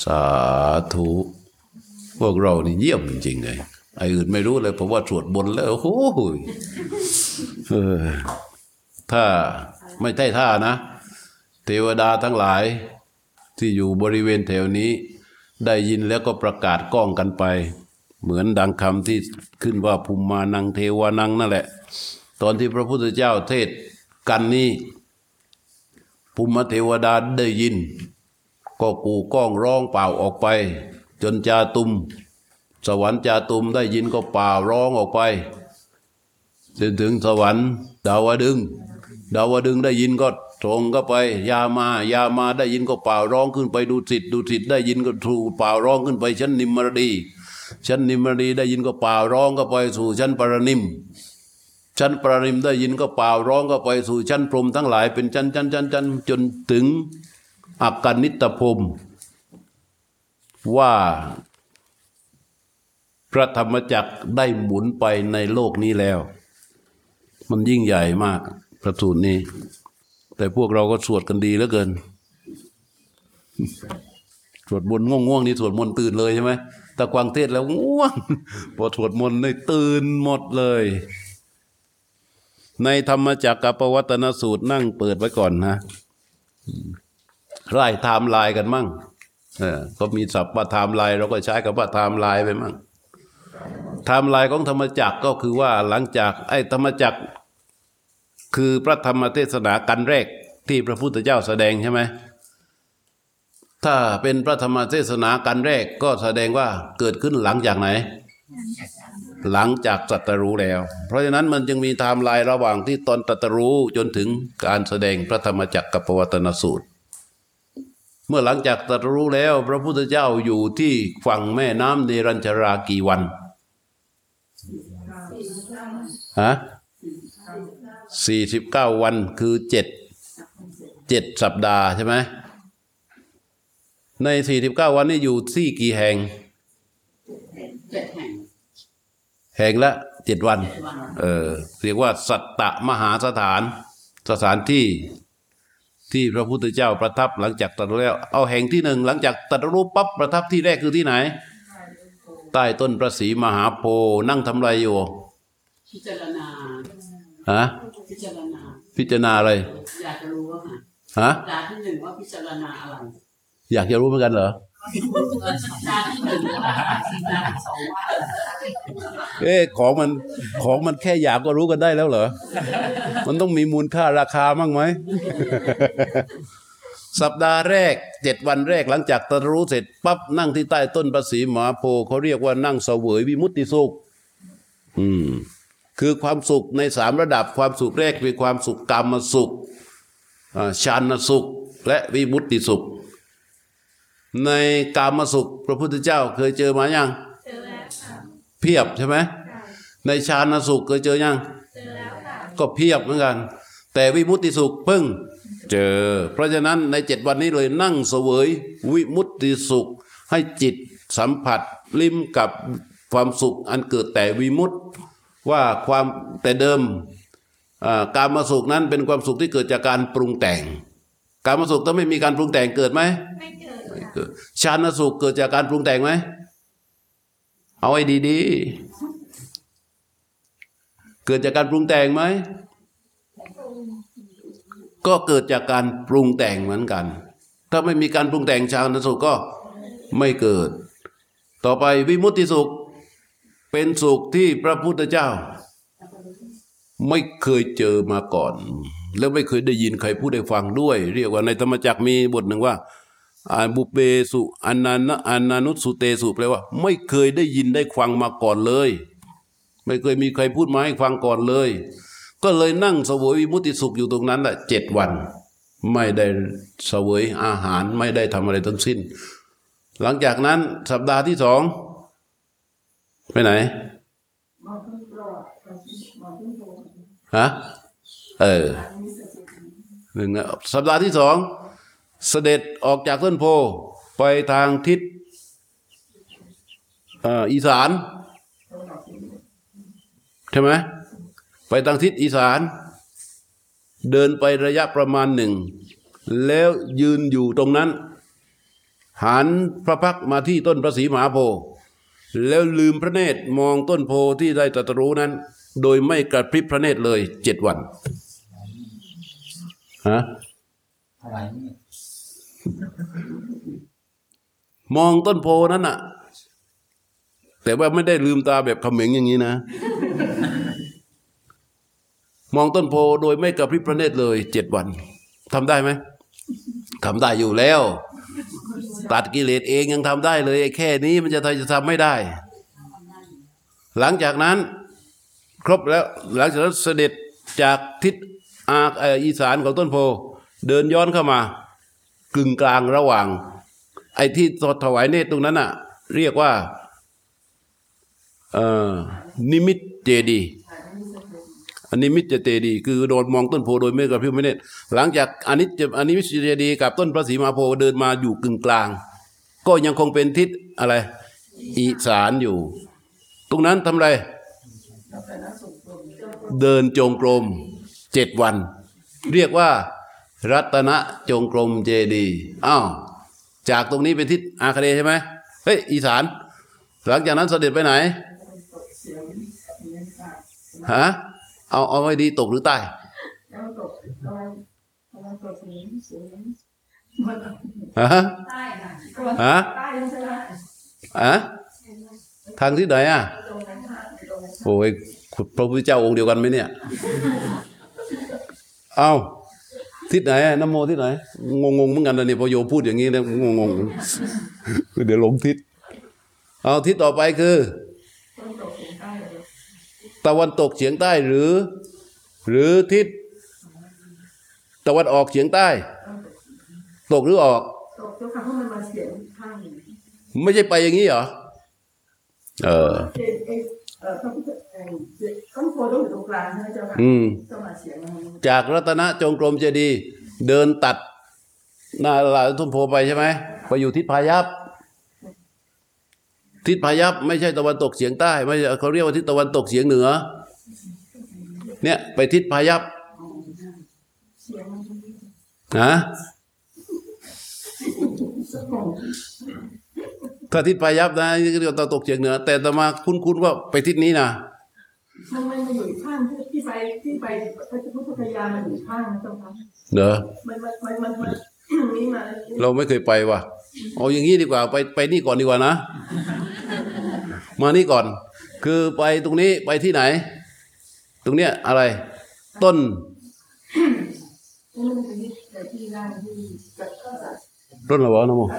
สาธุพวกเรานี่เยี่ยมจริงๆเลยไอ้อื่นไม่รู้เลยเพราะว่าสวดบนแล้วโอ้โหถ้าไม่ใช่ท่านะเทวดาทั้งหลายที่อยู่บริเวณแถวนี้ได้ยินแล้วก็ประกาศก้องกันไปเหมือนดังคำที่ขึ้นว่าภูมิมานังเทวานังนั่นแหละตอนที่พระพุทธเจ้าเทศกันนี้ภูมิเทวดาได้ยินก็กูก้องร้องเปล่าออกไปจนจาตุมสวรรค์จาตุมได้ยินก็เปล่าร้องออกไปจนถึงสวรรค์ดาวดึงได้ยินก็ตรงก็ไปยามาได้ยินก็เปล่าร้องขึ้นไปดุสิตได้ยินก็ถูกเปล่าร้องขึ้นไปชั้นนิมรดีได้ยินก็เปล่าร้องก็ไปสู่ชั้นปรนิมได้ยินก็เปล่าร้องก็ไปสู่ชั้นพรหมทั้งหลายเป็นชั้นจนถึงอักกนิตพรหมว่าพระธรรมจักรได้หมุนไปในโลกนี้แล้วมันยิ่งใหญ่มากพระสูตรนี้แต่พวกเราก็สวดกันดีเหลือเกินสวดมนต์ง่วงๆนี่สวดมนต์ตื่นเลยใช่ไหมตะกวางเทศแล้วง่วงพอสวดมนต์นี่ตื่นหมดเลยในธรรมจักรปวัตตนสูตรนั่งเปิดไว้ก่อนนะไล่ไทม์ไลน์กันมั่งก็มีศัพท์ว่าไทม์ไลน์เราก็ใช้คำว่าไทม์ไลน์ไปมั่งไทม์ไลน์ของธรรมจักรก็คือว่าหลังจากธรรมจักรคือพระธรรมเทศนากันแรกที่พระพุทธเจ้าแสดงใช่ไหมถ้าเป็นพระธรรมเทศนากันแรกก็แสดงว่าเกิดขึ้นหลังจากไหนหลังจากตรัสรู้แล้วเพราะฉะนั้นมันจึงมีไทม์ไลน์ระหว่างที่ตอนตรัสรู้จนถึงการแสดงพระธรรมจักรกับปวัตตนสูตรเมื่อหลังจากตรัสรู้แล้วพระพุทธเจ้าอยู่ที่ฝั่งแม่น้ำเนรัญชรากี่วัน49 วันคือ7 สัปดาห์ใช่ไหมใน49 วันนี้อยู่ที่กี่แห่งแห่งละ7 วันเรียกว่าสัตตมหาสถานที่พระพุทธเจ้าประทับหลังจากตรัสรู้แล้วเอาแห่งที่1หลังจากตรัสรู้ปั๊บประทับที่แรกคือที่ไหนใต้ต้นพระศรีมหาโพธิ์นั่งทำอะไรอยู่พิจารณาพิจารณาอะไรอยากจะรู้ว่าดาที่1ว่าพิจารณาอะไรอยากจะรู้เหมือนกันเหรอดาที่1ว่าดาที่2ว่าของมันแค่อยากก็รู้กันได้แล้วเหรอมันต้องมีมูลค่าราคามั่งไหม สัปดาห์แรก7 วันแรกหลังจากตรัสรู้เสร็จปั๊บนั่งที่ใต้ต้นพระศรีมหาโพธิ์เขาเรียกว่านั่งเสวยวิมุตติสุขคือความสุขใน3 ระดับความสุขแรกเป็นความสุขกามสุขฌานสุขและวิมุตติสุขในกามสุขพระพุทธเจ้าเคยเจอมายังเจอแล้วค่ะเพียบใช่ไหมในฌานสุขเคยเจอยังเจอแล้วค่ะก็เพียบเหมือนกันแต่วิมุตติสุขเพิ่งเจอเพราะฉะนั้นใน7 วันนี้เลยนั่งเสวยวิมุตติสุขให้จิตสัมผัสลิ้มกับความสุขอันเกิดแต่วิมุตติว่าความแต่เดิมกามสุขนั้นเป็นความสุขที่เกิดจากการปรุงแต่งกามสุขต้องไม่มีการปรุงแต่งเกิดไหมไม่เกิดฌานสุขเกิดจากการปรุงแต่งไหมเอาให้ดีๆเกิดจากการปรุงแต่งไหมก็เกิดจากการปรุงแต่งเหมือนกันถ้าไม่มีการปรุงแต่งฌานสุขก็ไม่เกิดต่อไปวิมุตติสุขเป็นสุขที่พระพุทธเจ้าไม่เคยเจอมาก่อนแล้วไม่เคยได้ยินใครพูดได้ฟังด้วยเรียกว่าในธรรมจักรมีบทหนึ่งว่าบุเปสุอนานุสุเตสุแปลว่าไม่เคยได้ยินได้ฟังมาก่อนเลยไม่เคยมีใครพูดมาให้ฟังก่อนเลยก็เลยนั่งเสวยวิมุตติสุขอยู่ตรงนั้นแหละ7 วันไม่ได้เสวยอาหารไม่ได้ทำอะไรทั้งสิ้นหลังจากนั้นสัปดาห์ที่2ไปไหนสัปดาห์ที่2เสด็จออกจากต้นโพไปทางทิศอีสานใช่ไหมไปทางทิศอีสานเดินไประยะประมาณ1แล้วยืนอยู่ตรงนั้นหันพระพักตร์มาที่ต้นพระศรีมหาโพธิ์แล้วลืมพระเนตรมองต้นโพที่ได้ตรัสรู้นั้น โดยไม่กระพริบพระเนตรเลย7 วันฮะอะไรนี่มองต้นโพนั้นน่ะแต่ว่าไม่ได้ลืมตาแบบเขม็งอย่างนี้นะ มองต้นโพโดยไม่กระพริบพระเนตรเลย7 วันทำได้ไหมทำได้อยู่แล้ว ตัดกิเลสเองยังทำได้เลยไอ้แค่นี้มันจะทำไม่ได้ หลังจากนั้นครบแล้วหลังจากนั้นเสด็จจากทิศอีสานของต้นโพเดินย้อนเข้ามากึ่งกลางระหว่างไอ้ที่ถวายเนตรตรงนั้นน่ะเรียกว่านิมิตเจดีย์อันนิมิตเจดีย์คือโดนมองต้นโพโดยไม่กระพริบไม่เนตรหลังจากอันนิมิตเจดีย์กับต้นพระศรีมหาโพธิ์เดินมาอยู่กึ่งกลางก็ยังคงเป็นทิศอะไรอีสานอยู่ตรงนั้นทำอะไรเดินจงกรม7 วัน เรียกว่ารัตนจงกรมเจดีย์อ้าวจากตรงนี้เป็นทิศอาคเนย์ใช่ไหมเฮ้ยอีสานหลังจากนั้นเสด็จไปไหนฮะเอาไว้ดีตกหรือใต้ฮะใต้ค่ะฮะใต้ใช่ไหมอะทางที่ไหนอ่ะโอ้ยพระพุทธเจ้าองค์เดียวกันไหมเนี่ยเอาทิศไหนน้ำโมทิศไหนงงเหมือนกันนะเนี่ยพอโยมพูดอย่างนี้นะงงเดี๋ยวหลงทิศเอาทิศต่อไปคือตะวันตกเฉียงใต้หรือทิศตะวันออกเฉียงใต้ตกหรือออกตกเจ้าค่ะเพราะมันมาเฉียงข้างหนึ่งไม่ใช่ไปอย่างนี้เหรอพระพุทธต้นโพต้องอยู่ตรงกลางใช่ไหมเจ้าค่ะต้องมาเฉียงจากรัตนจงกรมเจดีย์เดินตัดหน้าลาต้นโพไปใช่ไหมไปอยู่ทิศพายัพทิศพายัพไม่ใช่ตะวันตกเฉียงใต้ไม่เขาเรียกว่าทิศตะวันตกเฉียงเหนือเนี่ยไปทิศพายัพนะถ้าทิศพายัพนะนี่ก็เรียกว่าตะวันตกเฉียงเหนือแต่ตมาคุ้นว่าไปทิศนี้นะมันอยู่ข้างที่ไปพระพุทธยามันอยู่ข้างนะเจ้าค่ะเด้อมันนี่มาเราไม่เคยไปว่ะเอาอย่างนี้ดีกว่าไปนี่ก่อนดีกว่านะมานี่ก่อนคือไปตรงนี้ไปที่ไหนตรงเนี้ยอะไรต้นต้นอะไรวะน้องโม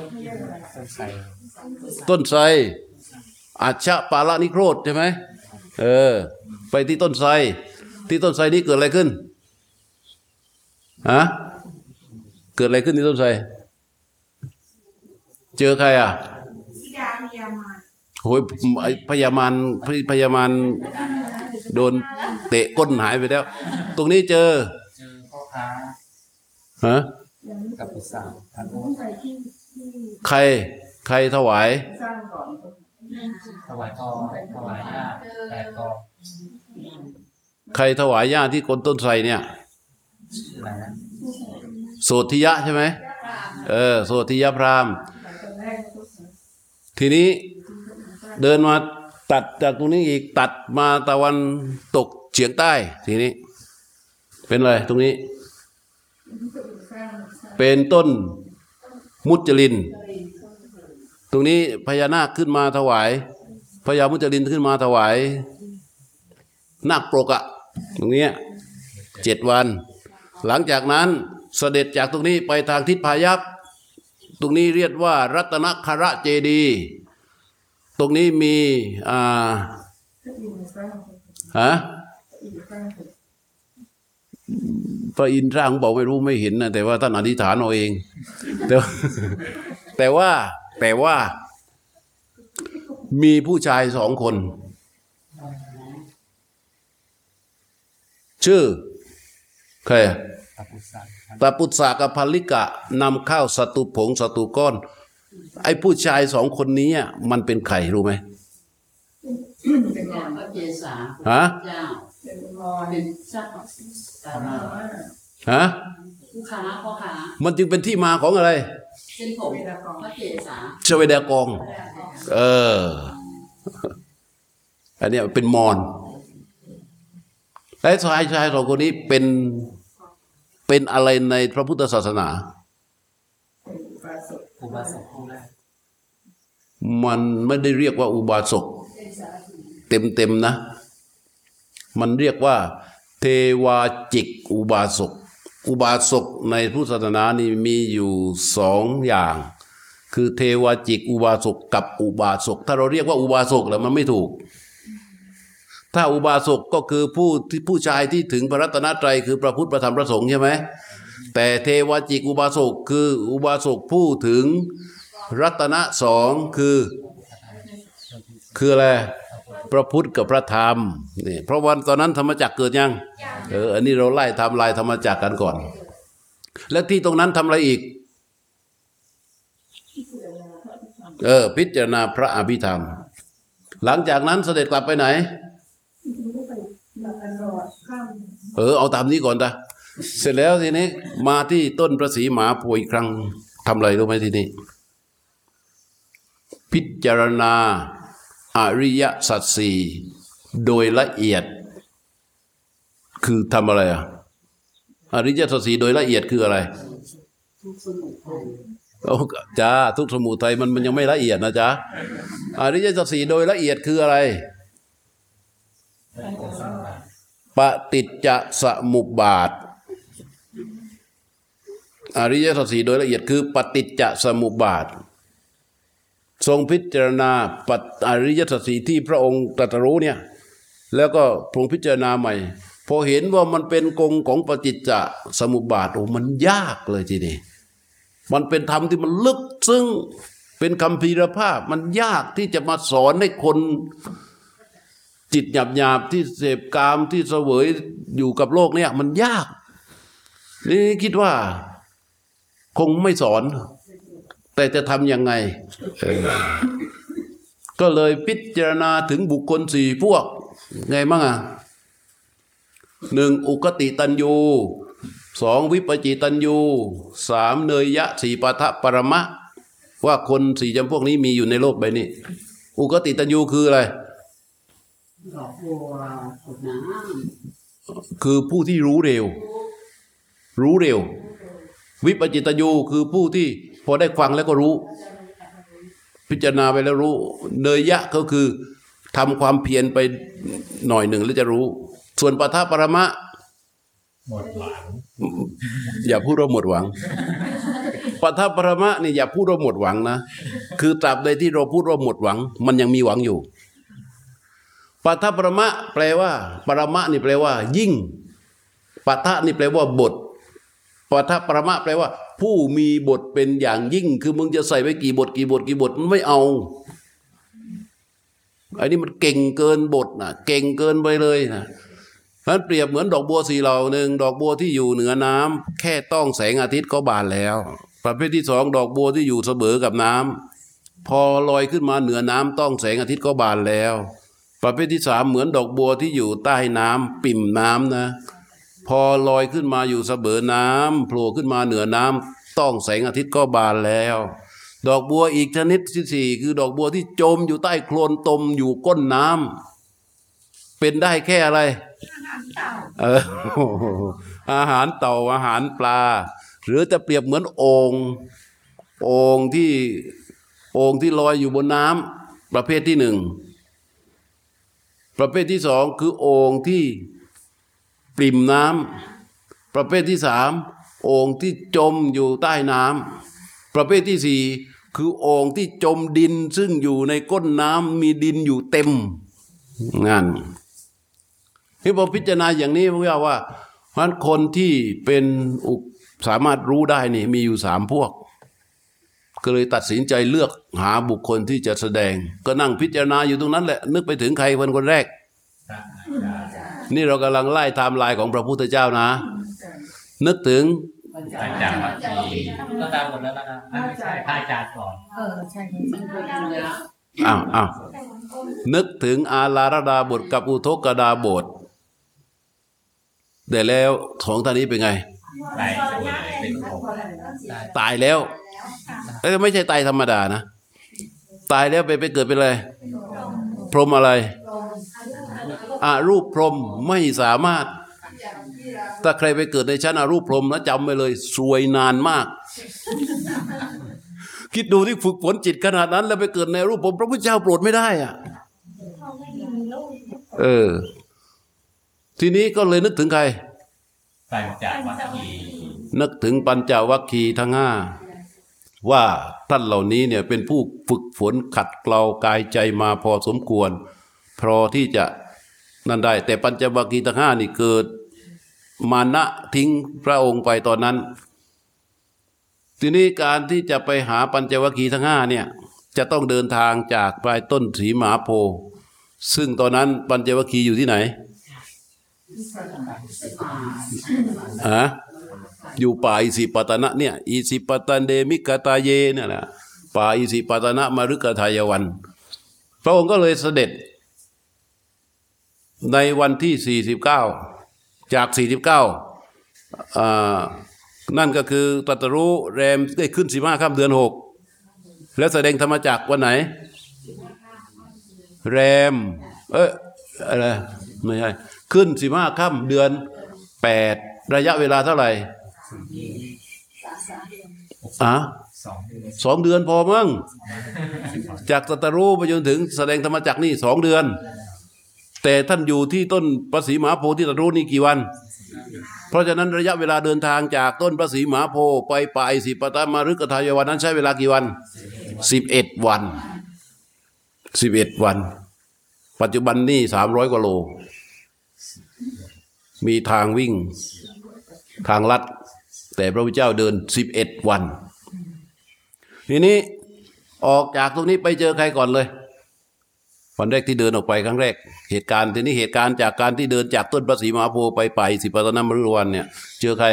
ต้นไทรอัชชะปาละนิโครธใช่ไหมไปที่ต้นไทรที่ต้นไทรนี้เกิดอะไรขึ้นฮะเกิดอะไรขึ้นที่ต้นไทรเจอใครอ่ะโอ้ยพญามารโดนเตะก้นหายไปแล้วตรงนี้เจอพ่อค้าฮะกับผู้สาวใครถวายถวายทองถวายหญ้า8 กองใครถวายหญ้าที่คนต้นไทรเนี่ยโสธิยะใช่ไหมโสธิยะพราหมณ์ทีนี้เดินมาตัดจากตรงนี้อีกตัดมาตะวันตกเฉียงใต้ทีนี้เป็นอะไรตรงนี้เป็นต้นมุจลินตรงนี้พญานาคขึ้นมาถวายพญามุจลินขึ้นมาถวายนาคปรกอะตรงนี้7 วันหลังจากนั้นเสด็จจากตรงนี้ไปทางทิศพายัพตรงนี้เรียกว่ารัตนคระเจดีย์ตรงนี้มีพระอินทร์ร่างบอกไม่รู้ไม่เห็นนะแต่ว่าท่านอธิษฐานเอาเองแต่ว่ามีผู้ชาย2 คนชื่อใครตาปุษากับพัลลิกะนำข้าวสตุผงสตุก้อนไอ้ผู้ชาย2 คนนี้มันเป็นใครรู้ไหมเป็นพระเกศาฮะเป็นสักฮะผู้ค้าพ่อค้ามันจึงเป็นที่มาของอะไรเป็นผมพระเกศาชเวดากองอันเนี้ยเป็นมอญและชายสองคนนี้เป็นอะไรในพระพุทธศาสนามันไม่ได้เรียกว่าอุบาสกเต็มนะมันเรียกว่าเทวาจิกอุบาสกอุบาสกในพุทธศาสนานี่มีอยู่สองอย่างคือเทวาจิกอุบาสกกับอุบาสกถ้าเราเรียกว่าอุบาสกแล้วมันไม่ถูกถ้าอุบาสกก็คือผู้ชายที่ถึงพระรัตนตรัยคือพระพุทธพระธรรมพระสงฆ์ใช่ไหมแต่เทวาจิกอุบาสกคืออุบาสกผู้ถึงรัตนะสองคืออะไรพระพุทธกับพระธรรมนี่เพราะวันตอนนั้นธรรมจักรเกิดยังอันนี้เราไล่ทำลายธรรมจักรกันก่อนแล้วที่ตรงนั้นทำอะไรอีกพิจารณาพระอภิธรรมหลังจากนั้นเสด็จกลับไปไหนเอาตามนี้ก่อนนะเสร็จแล้วทีนี้มาที่ต้นพระศรีมหาโพธิ์อีกครั้งทำอะไรรู้ไหมทีนี้พิจารณาอริยสัจสี่โดยละเอียดคือทำอะไรอริยสัจสี่โดยละเอียดคืออะไรจ้าทุกสมุทัยมันยังไม่ละเอียดนะจ๊ะอริยสัจสี่โดยละเอียดคืออะไรปฏิจจสมุปบาทอริยสัจสี่โดยละเอียดคือปฏิจจสมุปบาททรงพิจารณาอริยสัจสี่ที่พระองค์ตรัสรู้เนี่ยแล้วก็พระองค์พิจารณาใหม่พอเห็นว่ามันเป็นกงของปฏิจจสมุปบาทมันยากเลยทีนี้มันเป็นธรรมที่มันลึกซึ้งเป็นคัมภีรภาพมันยากที่จะมาสอนให้คนจิตหยาบๆที่เสพกามที่เสวยอยู่กับโลกเนี่ยมันยากนี่คิดว่าคงไม่สอนแต่จะทำยังไงก็เลยพิจารณาถึงบุคคลสี่พวกไงมั่งหนึ่งอุกติตัญญูสองวิปจิตัญญูสามเนยยะสี่ปาทะปรมะว่าคนสี่จำพวกนี้มีอยู่ในโลกใบนี้อุกติตัญญูคืออะไรดอกบัวสุดน้ำคือผู้ที่รู้เร็ววิปจิตัญญูคือผู้ที่พอได้ฟังแล้วก็รู้พิจารณาไปแล้วรู้เนยยะก็คือทำความเพียรไปหน่อยหนึ่งแล้วจะรู้ส่วนปทปรมะหมดหวังอย่าพูดว่าหมดหวังปทปรมะนี่อย่าพูดว่าหมดหวังนะคือตราบใดที่เราพูดว่าหมดหวังมันยังมีหวังอยู่ปทปรมะแปลว่าปรมะนี่แปลว่ายิ่งปทะนี่แปลว่าบทปทปรมะแปลว่าผู้มีบทเป็นอย่างยิ่งคือมึงจะใส่ไว้กี่บทมันไม่เอาไอ้นี่มันเก่งเกินบทนะเก่งเกินไปเลยนะนั้นเปรียบเหมือนดอกบัวสีเหล่าหนึ่งดอกบัวที่อยู่เหนือน้ำแค่ต้องแสงอาทิตย์ก็บานแล้วประเภทที่สองดอกบัวที่อยู่เสมอกับน้ำพอลอยขึ้นมาเหนือน้ำต้องแสงอาทิตย์ก็บานแล้วประเภทที่สามเหมือนดอกบัวที่อยู่ใต้น้ำปิ่มน้ำนะพอลอยขึ้นมาอยู่เสมอน้ำโผล่ขึ้นมาเหนือน้ำต้องแสงอาทิตย์ก็บานแล้วดอกบัวอีกชนิดที่สี่คือดอกบัวที่จมอยู่ใต้โคลนตมอยู่ก้นน้ำเป็นได้แค่อะไรอาหารเต่าอาหารปลาหรือจะเปรียบเหมือนโอ่งที่ลอยอยู่บนน้ำประเภทที่หนึ่งประเภทที่สองคือโอ่งที่ปริ่มน้ำประเภทที่สามโอ่งที่จมอยู่ใต้น้ำประเภทที่สี่คือโอ่งที่จมดินซึ่งอยู่ในก้นน้ำมีดินอยู่เต็มงานที่พอพิจารณาอย่างนี้พวกเราว่าเพราะคนที่เป็นสามารถรู้ได้นี่มีอยู่สามพวกก็เลยตัดสินใจเลือกหาบุคคลที่จะแสดงก็นั่งพิจารณาอยู่ตรงนั้นแหละนึกไปถึงใครคนแรกนี่เรากำลังไล่ไทม์ไลน์ของพระพุทธเจ้านะนึกถึงอาจารย์ก็ตามหมดแล้วนะครับไม่ใช่อาจารย์ก่อนใช่อ้าวนึกถึงอาลาระดาบทกับอุทกดาบทแต่แล้วสองท่านนี้เป็นไงตายแล้วไม่ใช่ตายธรรมดานะตายแล้วไปเกิดเป็นอะไรพรหมอะไรอรูปพรหมไม่สามารถถ้าใครไปเกิดในชั้นอรูปพรหมนะจำไปเลยซวยนานมากคิดดูที่ฝึกฝนจิตขนาดนั้นแล้วไปเกิดในรูปพรหมพระพุทธเจ้าโปรดไม่ได้อ่ะทีนี้ก็เลยนึกถึงใครปัญจวัคคีย์นึกถึงปัญจวัคคีย์ทั้งห้าว่าท่านเหล่านี้เนี่ยเป็นผู้ฝึกฝนขัดเกลากายใจมาพอสมควรพอที่จะนั่นได้แต่ปัญจวัคคีย์ทั้งห้านี่เกิดมานะทิ้งพระองค์ไปตอนนั้นทีนี้การที่จะไปหาปัญจวัคคีย์ทั้งห้าเนี่ยจะต้องเดินทางจากปลายต้นสีมหาโพธิ์ซึ่งตอนนั้นปัญจวัคคีย์อยู่ที่ไหนอยู่ป่าอิสิปตนะเนี่ยอิสิปตันเดมิกตาเยเนี่ยแหละป่าอิสิปตนะมฤคทายวันพระองค์ก็เลยเสด็จในวันที่49จาก49นั่นก็คือตรัสรู้แรมได้ขึ้น15ค่ำเดือน6แล้วแสดงธรรมจักรวันไหนแรมอะไรไม่ใช่ขึ้น15ค่ำเดือน8ระยะเวลาเท่าไหร่2 เดือนพอมั้งจากตรัสรู้ไปจนถึงแสดงธรรมจักรนี่2 เดือนแต่ท่านอยู่ที่ต้นพระศรีมหาโพธิ์ที่ตรัสรู้นี่กี่วันเพราะฉะนั้นระยะเวลาเดินทางจากต้นพระศรีมหาโพธิ์ไปป่าอิสิปตมฤคทายวันนั้นใช้เวลากี่วัน11 วัน11 วันปัจจุบันนี่300 กว่าโลมีทางวิ่งทางลัดแต่พระพุทธเจ้าเดิน11 วันทีนี้ออกจากตรงนี้ไปเจอใครก่อนเลยวันแรกที่เดินออกไปครั้งแรกเหตุการณ์ทีนี้เหตุการณ์จากการที่เดินจากต้นพระศรีมหาโพธิ์ไปป่าอิสิปตนมฤคทายวันเนี่ยเจอใคร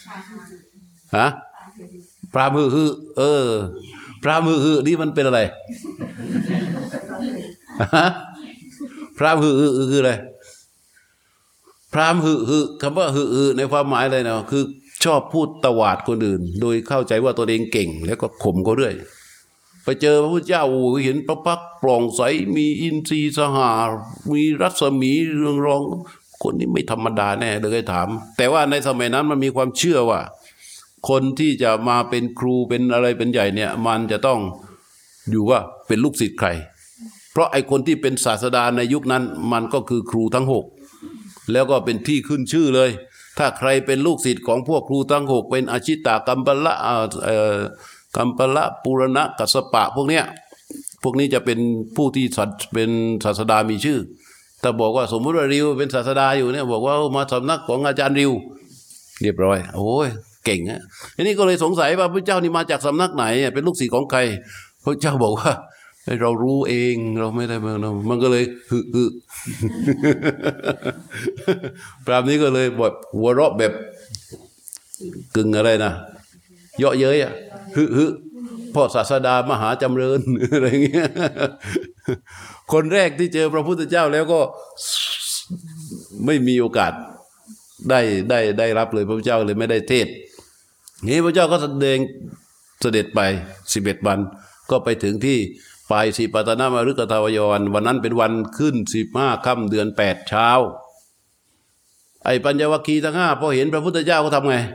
พระมือฮือพระมือฮือนี่มันเป็นอะไรพระมือฮือคืออะไรพรามหือคำว่าหือในความหมายอะไรนะคือชอบพูดตวาดคนอื่นโดยเข้าใจว่าตัวเองเก่งแล้วก็ข่มเขาเรื่อยไปเจอพระพุทธเจ้าเห็นพระพักตร์ปล่องใสมีอินทรีย์สหามีรัศมีเรืองรองคนนี้ไม่ธรรมดาแน่เลยถามแต่ว่าในสมัยนั้นมันมีความเชื่อว่าคนที่จะมาเป็นครูเป็นอะไรเป็นใหญ่เนี่ยมันจะต้องอยู่ว่าเป็นลูกศิษย์ใครเพราะไอ้คนที่เป็นศาสดาในยุคนั้นมันก็คือครูทั้ง6แล้วก็เป็นที่ขึ้นชื่อเลยถ้าใครเป็นลูกศิษย์ของพวกครูทั้ง6เป็นอาชิตากัมปละกัมปละปุรณะกัสสปะพวกนี้จะเป็นผู้ที่เป็นศาสดามีชื่อแต่บอกว่าสมมติว่าริวเป็นศาสดาอยู่เนี่ยบอกว่ามาสำนักของอาจารย์ริวเรียบร้อยโอ้ยเก่งนะทีนี้ก็เลยสงสัยว่าพระเจ้านี่มาจากสำนักไหนเป็นลูกศิษย์ของใครพระเจ้าบอกว่าเรารู้เองเราไม่ได้มันก็เลยพรามนี้ก็เลยแบบหัวเราะแบบกึ่งอะไรนะเยาะเย้ยพ่อศาสดามหาจำเริญอะไรเงี้ยคนแรกที่เจอพระพุทธเจ้าแล้วก็ไม่มีโอกาสได้รับเลยพระพุทธเจ้าเลยไม่ได้เทศนี้พระเจ้าก็เสด็จไป11 วันก็ไปถึงที่ป่าอิสิปตนมฤคทายวันวันนั้นเป็นวันขึ้น15 ค่ำเดือน8เช้าไอ้ปัญจวัคคีย์ทั้ง5พอเห็นพระพุทธเจ้าก็ทำไง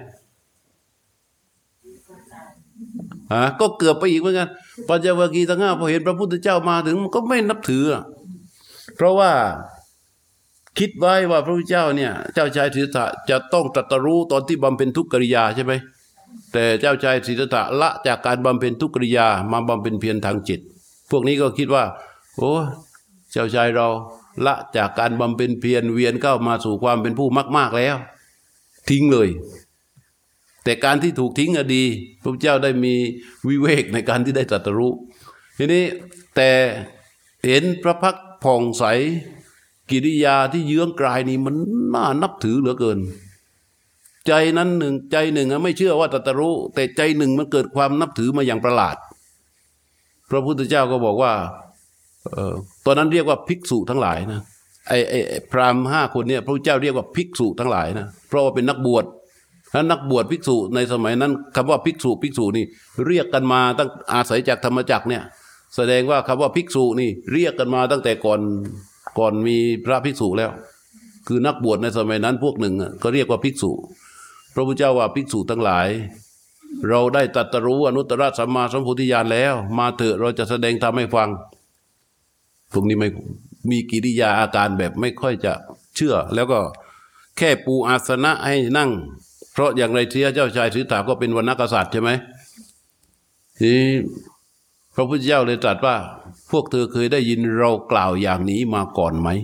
ก็เกือบไปอีกเหมือนกันปัญจวัคคีย์ทั้ง5พอเห็นพระพุทธเจ้ามาถึงมันก็ไม่นับถือเพราะว่าคิดไว้ว่าพระพุทธเจ้าเนี่ยเจ้าชายสิทธัตถะจะต้องตรัสรู้ตอนที่บำเพ็ญทุกขกิริยาใช่ไหมแต่เจ้าชายสิทธัตถะละจากการบำเพ็ญทุกขกิริยามาบำเพ็ญเพียรทางจิตพวกนี้ก็คิดว่าโอ้เจ้าชายเราละจากการบำเพ็ญเพียรเวียนเข้ามาสู่ความเป็นผู้มากๆแล้วทิ้งเลยแต่การที่ถูกทิ้งอดีพระพุทธเจ้าได้มีวิเวกในการที่ได้ตรัสรู้ทีนี้แต่เห็นพระพักตร์ผ่องใสกิริยาที่เยื้องกลายนี่มันน่านับถือเหลือเกินใจนั้นใจหนึ่งไม่เชื่อว่าตรัสรู้แต่ใจหนึ่งมันเกิดความนับถือมาอย่างประหลาดพระพุทธเจ้าก็บอกว่าตอนนั้นเรียกว่าภิกษุทั้งหลายนะไอ้พราหมณ์5 คนเนี่ยพระพุทธเจ้าเรียกว่าภิกษุทั้งหลายนะเพราะว่าเป็นนักบวชถ้านักบวชภิกษุในสมัยนั้นคำว่าภิกษุนี่เรียกกันมาตั้งอาศัยจากธรรมจักรเนี่ยแสดงว่าคำว่าภิกษุนี่เรียกกันมาตั้งแต่ก่อนมีพระภิกษุแล้ว คือนักบวชในสมัยนั้นพวกหนึ่งก็เรียกว่าภิกษุพระพุทธเจ้าว่าภิกษุทั้งหลายเราได้ตรัสรู้อนุตตรสัมมาสัมโพธิญาณแล้วมาเถอะเราจะแสดงธรรมให้ฟังพวกนี้ไม่มีกิริยาอาการแบบไม่ค่อยจะเชื่อแล้วก็แค่ปูอาสนะให้นั่งเพราะอย่างไรเสียเจ้าชายสิทธาก็เป็นวรรณกษัตริย์ใช่ไหมทีพระพุทธเจ้าเลยตรัสว่าพวกเธอเคยได้ยินเรากล่าวอย่างนี้มาก่อนไหม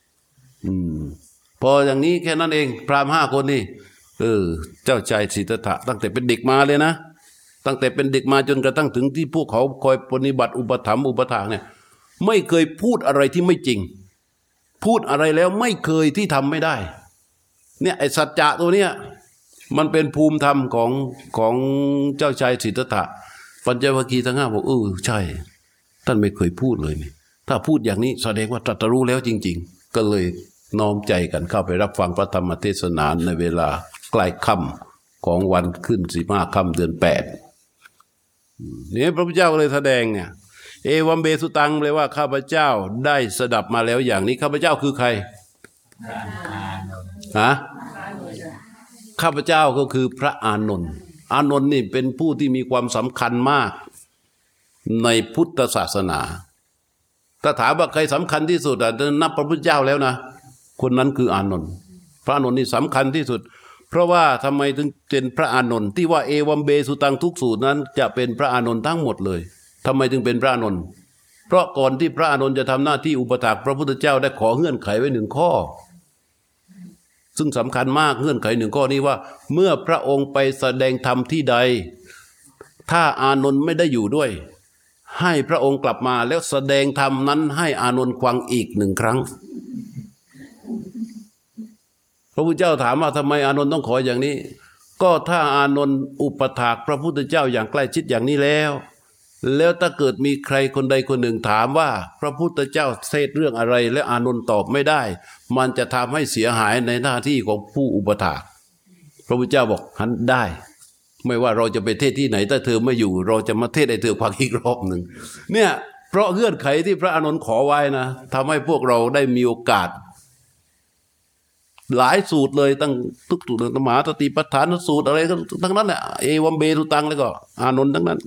พออย่างนี้แค่นั้นเองพราหมณ์5 คนนี่เจ้าชายสิทธัตถะตั้งแต่เป็นเด็กมาเลยนะตั้งแต่เป็นเด็กมาจนกระทั่งถึงที่พวกเขาคอยปฏิบัติอุปถัมภ์อุปถากเนี่ยไม่เคยพูดอะไรที่ไม่จริงพูดอะไรแล้วไม่เคยที่ทำไม่ได้เนี่ยไอ้สัจจะตัวเนี้ยมันเป็นภูมิธรรมของเจ้าชายสิทธัตถะปัญจวัคคีย์ทั้ง 5บอกใช่ท่านไม่เคยพูดเลยนี่ถ้าพูดอย่างนี้แสดงว่าตรัสรู้แล้วจริงๆก็เลยน้อมใจกันเข้าไปรับฟังพระธรรมเทศนาในเวลาใกล้ค่ำของวันขึ้น15 ค่ำเดือน 8นี่พระพุทธเจ้าก็เลยแสดงเนี่ยเอวัมเบสุตังเลยว่าข้าพเจ้าได้สดับมาแล้วอย่างนี้ข้าพเจ้าคือใครฮะข้าพเจ้าก็คือพระอานนท์นี่เป็นผู้ที่มีความสำคัญมากในพุทธศาสนาถ้าถามว่าใครสำคัญที่สุดนับพระพุทธเจ้าแล้วนะคนนั้นคืออานนท์พระอานนท์นี่สำคัญที่สุดเพราะว่าทำไมถึงเป็นพระอานนท์ที่ว่าเอวัมเบสุตังทุกสูตรนั้นจะเป็นพระอานนท์ทั้งหมดเลยทำไมถึงเป็นพระอานนท์เพราะก่อนที่พระอานนท์จะทำหน้าที่อุปถากพระพุทธเจ้าได้ขอเงื่อนไขไว้1 ข้อซึ่งสำคัญมากเงื่อนไข1 ข้อนี้ว่าเมื่อพระองค์ไปแสดงธรรมที่ใดถ้าอานนท์ไม่ได้อยู่ด้วยให้พระองค์กลับมาแล้วแสดงธรรมนั้นให้อานนท์ฟังอีก1 ครั้งพระพุทธเจ้าถามว่าทำไมอานนท์ต้องขออย่างนี้ก็ถ้าอานนท์อุปถากพระพุทธเจ้าอย่างใกล้ชิดอย่างนี้แล้วถ้าเกิดมีใครคนใดคนหนึ่งถามว่าพระพุทธเจ้าเทศเรื่องอะไรและอานนท์ตอบไม่ได้มันจะทำให้เสียหายในหน้าที่ของผู้อุปถากพระพุทธเจ้าบอกหันได้ไม่ว่าเราจะไปเทศที่ไหนถ้าเธอไม่อยู่เราจะมาเทศให้เธอฟังอีกรอบหนึ่งเนี่ยเพราะเงื่อนไขที่พระอานนท์ขอไว้นะทำให้พวกเราได้มีโอกาสหลายสูตรเลยตั้งทุกสูตรมหาสติปัฏฐานสูตรอะไรก็ทั้งนั้นแหละเอวัมเบสุตังแล้วก็อานนท์ทั้งนั้น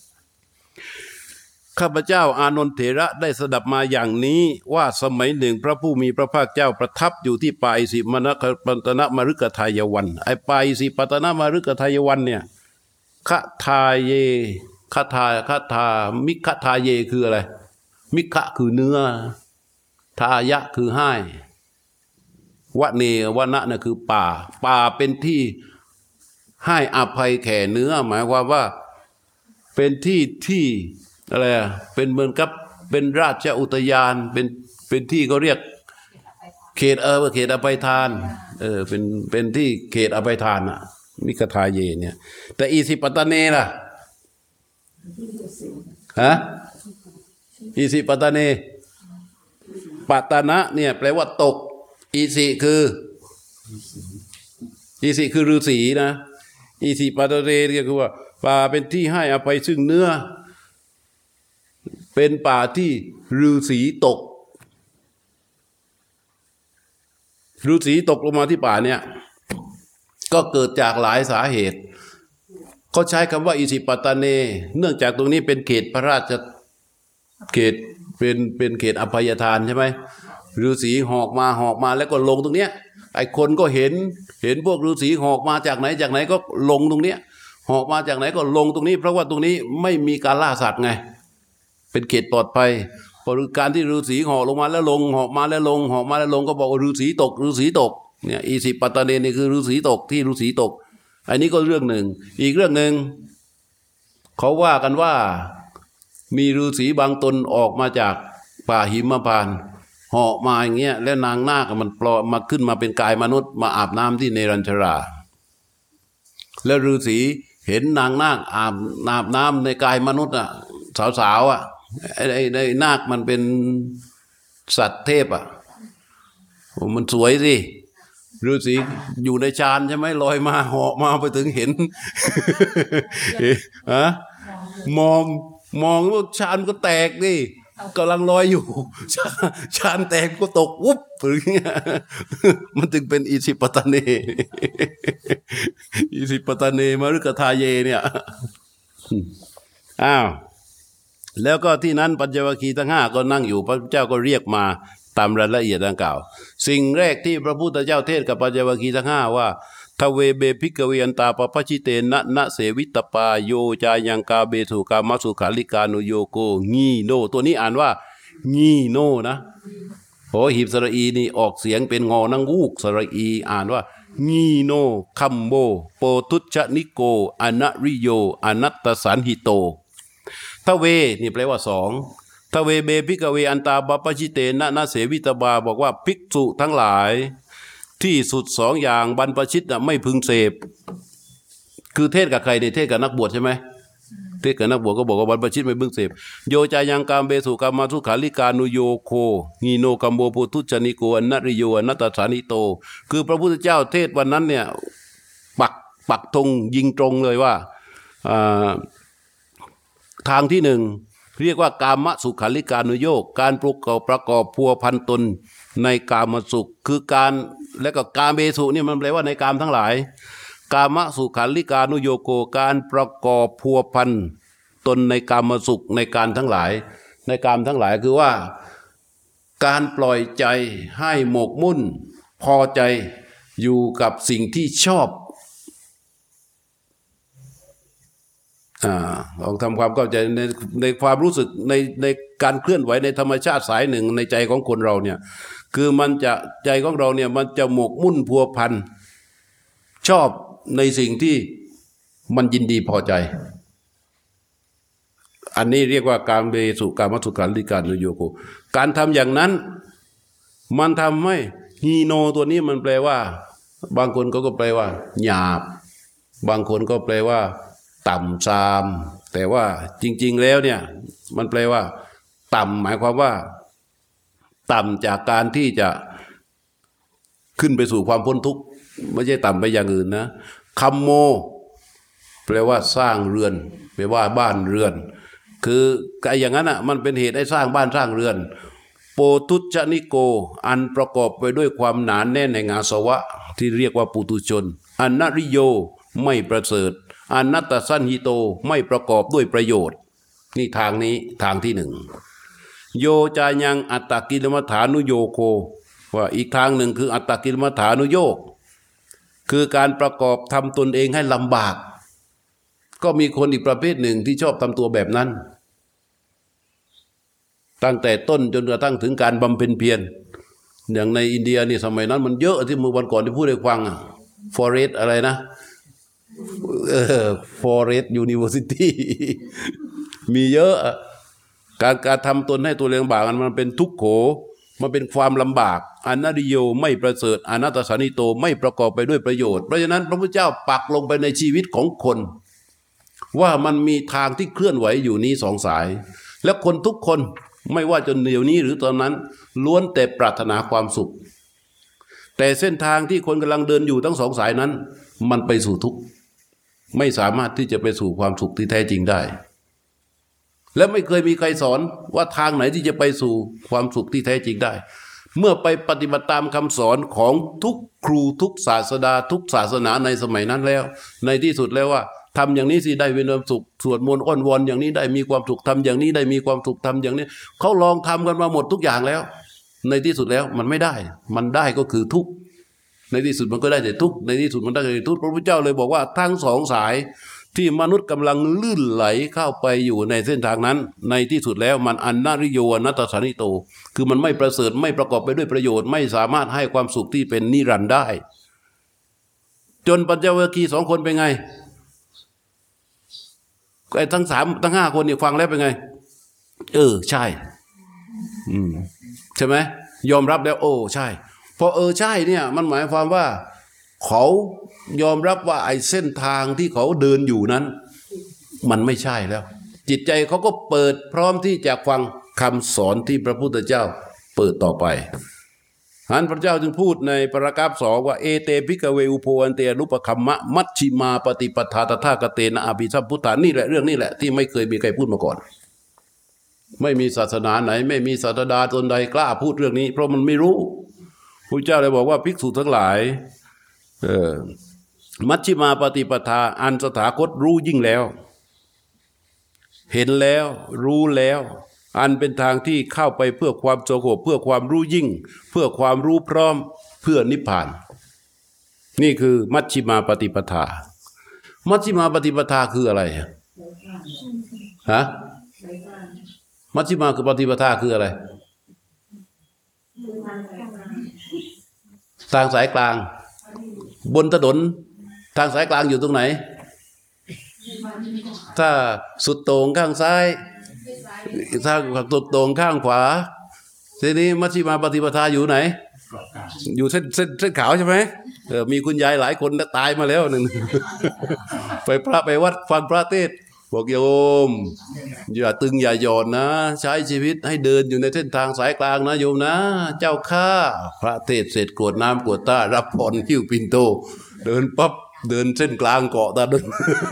ข้าพเจ้าอานนท์เถระได้สดับมาอย่างนี้ว่าสมัยหนึ่งพระผู้มีพระภาคเจ้าประทับอยู่ที่ป่าอิสิปตนมฤคทายวันไอ้ป่าอิสิปตนมฤคทายวันเนี่ยคทาเยคทามิคทาเยคืออะไรมิคะคือเนื้อทายะคือให้วะเนวะนะน่ะคือป่าเป็นที่ให้อภัยแก่เนื้อหมายความว่าเป็นที่อะไรเป็นเหมือนกับเป็นราชอุทยานเป็นที่เขาเรียกเขตเขตอภัยทานเป็นที่เขตอภัยทานอ่ะมิคทาเยเนี่ยแต่อิสิปตเนล่ะฮะอิสิปตเนปัตนะเนี่ยแปลว่าตกอิสิคือฤาษีนะอิสิปตเนก็คือว่าป่าเป็นที่ให้อภัยซึ่งเนื้อเป็นป่าที่ฤาษีตกลงมาที่ป่าเนี่ยก็เกิดจากหลายสาเหตุเขาใช้คำว่าอิสิปตเนเนื่องจากตรงนี้เป็นเขตพระราชเขตเป็นเขตอภัยทานใช่ไหมฤาษีหอกมาแล้วก็ลงตรงเนี้ยไอ้คนก็เห็นพวกฤาษีหอกมาจากไหนก็ลงตรงเนี้ยหอกมาจากไหนก็ลงตรงนี้เพราะว่าตรงนี้ไม่มีการล่าสัตว์ไงเป็นเขตปลอดภัยพอการที่ฤาษีหอกลงมาแล้วลงหอกมาแล้วลงหอกมาแล้วลงก็บอกว่าฤาษีตกเนี่ยอิสิปตเนนี่คือฤาษีตกที่ฤาษีตกอันนี้ก็เรื่องหนึ่งอีกเรื่องหนึ่งเขาว่ากันว่ามีฤาษีบางตนออกมาจากป่าหิมพานต์เหาะมาอย่างเงี้ยแล้วนางนาคมันปลอมาขึ้นมาเป็นกายมนุษย์มาอาบน้ำที่เนรัญชราแล้วฤาษีเห็นนางนาคอาบน้ำในกายมนุษย์อ่ะสาวๆอ่ะไอ้นาคมันเป็นสัตว์เทพอ่ะมันสวยสิฤาษีอยู่ในฌานใช่ไหมลอยมาเหาะมาไปถึงเห็น ฮะมองว่าฌานก็แตกดิกำลังลอยอยู่ ฌานแตกก็ตกวุบหรือเงี้ย มันถึงเป็นอิสิปตะเน อิสิปตะเนมฤคทายเยเนี่ย อ้าวแล้วก็ที่นั้นปัญจวัคคีย์ทั้ง 5ก็นั่งอยู่พระเจ้าก็เรียกมาตามรายละเอียดดังกล่าวสิ่งแรกที่พระพุทธเจ้าเทศกับปัญจวัคคีย์ทั้ง 5ว่าทเวเบภิกขเวอันตาปปชิเตนะเสวิตปาโยจายังกาเบสุกามสุขาลิกานุโยโกงีโนตัวนี้อ่านว่างีโนนะโหหีบสระอีนี่ออกเสียงเป็นงอนังวูกสระอีอ่านว่างีโนคัมโบโปทุชนิโกอนะริโยอนัตตสันหิโตทเวนี่แปลว่า2ทเวเบภิกขเวอันตาปปชิเตนะเสวิตบาบอกว่าภิกษุทั้งหลายที่สุด2อย่างบรรพชิตไม่พึงเสพคือเทศกับใครเนี่ยเทศกับนักบวชใช่ไหมเทศกับนักบวชก็บอกว่าบรรพชิตไม่พึงเสพโยจายังกามเบสุกามาสุขาลิกานุโยโคงีโนกัมโบปุทุจนิโกอนัตริโยอนัตตสานิโตคือพระพุทธเจ้าเทศวันนั้นเนี่ยปักธงยิงตรงเลยว่าทางที่1เรียกว่ากามสุขาลิกานุโยกการประกอบพัวพันตนในกามสุขคือการและก็กามเบสุนี่มันแปลว่าในกามทั้งหลายกามสุขาลิกานุโยโกการประกอบพัวพันตนในกามสุขในการทั้งหลายในกามทั้งหลายคือว่าการปล่อยใจให้หมกมุ่นพอใจอยู่กับสิ่งที่ชอบลองทำความเข้าใจในความรู้สึกในการเคลื่อนไหวในธรรมชาติสายหนึ่งในใจของคนเราเนี่ยคือมันจะใจของเราเนี่ยมันจะหมกมุ่นพัวพันชอบในสิ่งที่มันยินดีพอใจอันนี้เรียกว่าการเบสุกามสุขาลิกานุโยโกการทำอย่างนั้นมันทำให้ฮีโนตัวนี้มันแปลว่าบางคนก็แปลว่าหยาบบางคนก็แปลว่าต่ำซามแต่ว่าจริงๆแล้วเนี่ยมันแปลว่าต่ำหมายความว่าต่ำจากการที่จะขึ้นไปสู่ความพ้นทุกข์ไม่ใช่ต่ำไปอย่างอื่นนะคัมโมแปลว่าสร้างเรือนแปลว่าบ้านเรือนคือไอ้อย่างนั้นอ่ะมันเป็นเหตุให้สร้างบ้านสร้างเรือนโปทุชนิโกอันประกอบไปด้วยความหนาแน่นแห่งอาสวะที่เรียกว่าปุถุชนอนัริโยไม่ประเสริฐอนัตตสันหิโตไม่ประกอบด้วยประโยชน์นี่ทางนี้ทางที่1โยจายังอัตตกิลมัฏฐานุโยโคว่าอีกทางหนึ่งคืออัตตกิลมัฏฐานุโยคคือการประกอบทำตนเองให้ลำบากก็มีคนอีกประเภทหนึ่งที่ชอบทำตัวแบบนั้นตั้งแต่ต้นจนกระทั่งถึงการบำเพ็ญเพียรอย่างในอินเดียนี่สมัยนั้นมันเยอะที่เมื่อวันก่อนที่พูดให้ฟังForest อะไรนะForest University มีเยอะการทำตนให้ตัวเองลำบากมันเป็นทุกข์โขมันเป็นความลำบากอนัตติโยไม่ประเสริฐอนัตตสันนิโตไม่ประกอบไปด้วยประโยชน์เพราะฉะนั้นพระพุทธเจ้าปักลงไปในชีวิตของคนว่ามันมีทางที่เคลื่อนไหวอยู่นี้2 สายและคนทุกคนไม่ว่าจนเดี๋ยวนี้หรือตอนนั้นล้วนแต่ปรารถนาความสุขแต่เส้นทางที่คนกำลังเดินอยู่ทั้ง2 สายนั้นมันไปสู่ทุกข์ไม่สามารถที่จะไปสู่ความสุขที่แท้จริงได้และไม่เคยมีใครสอนว่าทางไหนที่จะไปสู่ความสุขที่แท้จริงได้เมื่อไปปฏิบัติตามคำสอนของทุกครูทุกศาสดาทุกศาสนาในสมัยนั้นแล้วในที่สุดแล้วว่าทำอย่างนี้สิได้มีความสุขสวดมนต์อ้อนวอนอย่างนี้ได้มีความสุขทำอย่างนี้ได้มีความสุขทำอย่างนี้เขาลองทำกันมาหมดทุกอย่างแล้วในที่สุดแล้วมันไม่ได้มันได้ก็คือทุกข์ในที่สุดมันก็ได้แต่ทุกข์ในที่สุดมันได้แต่ทุกข์พระพุทธเจ้าเลยบอกว่าทั้ง2 สายที่มนุษย์กำลังลื่นไหลเข้าไปอยู่ในเส้นทางนั้นในที่สุดแล้วมันอนัตริโยอนัตตสันนิโตคือมันไม่ประเสริฐไม่ประกอบไปด้วยประโยชน์ไม่สามารถให้ความสุขที่เป็นนิรันดร์ได้จนปัญจวัคคีย์2 คนเป็นไงไอ้ทั้ง5 คนเนี่ยฟังแล้วเป็นไงใช่ใช่ไหมยอมรับแล้วโอ้ใช่พอใช่เนี่ยมันหมายความว่าเขายอมรับว่าไอ้เส้นทางที่เขาเดินอยู่นั้นมันไม่ใช่แล้วจิตใจเขาก็เปิดพร้อมที่จะฟังคำสอนที่พระพุทธเจ้าเปิดต่อไปหันพระเจ้าจึงพูดในปรากาศสองว่าเอเตภิกเวอุโพอันเตรุปคัมมะมัชชิมาปฏิปทาตถากเตนะอภิสัมพุทธานี่แหละเรื่องนี้แหละที่ไม่เคยมีใครพูดมาก่อนไม่มีศาสนาไหนไม่มีศาสดาตนใดกล้าพูดเรื่องนี้เพราะมันไม่รู้พระเจ้าเลยบอกว่าภิกษุทั้งหลายมัชชิมาปฏิปทาอันสถาคตรู้ยิ่งแล้วเห็นแล้วรู้แล้วอันเป็นทางที่เข้าไปเพื่อความสงบเพื่อความรู้ยิ่งเพื่อความรู้พร้อมเพื่อนิพพานนี่คือมัชชิมาปฏิปทามัชชิมาปฏิปทาคืออะไรฮะมัชชิมาคือปฏิปทาคืออะไรทางสายกลางบนถนนทางสายกลางอยู่ตรงไหนถ้าสุดโต่งข้างซ้ายถ้าสุดโต่งข้างขวาทีนี้มัชฌิมาปฏิปทาอยู่ไหนอยู่เส้นขาวใช่ไหมมีคุณยายหลายคนตายมาแล้วหนึ่ง ไปวัดฟังพระเทศน์บอกโยมอย่าตึงอย่าหย่อนนะใช้ชีวิตให้เดินอยู่ในเส้นทางสายกลางนะโยมนะเจ้าข้าพระเทศน์เสร็จกรวดน้ำกรวดตารับพรหิ้วปิ่นโตเดินปั๊บเดินเส้นกลางเกาะตาเดิน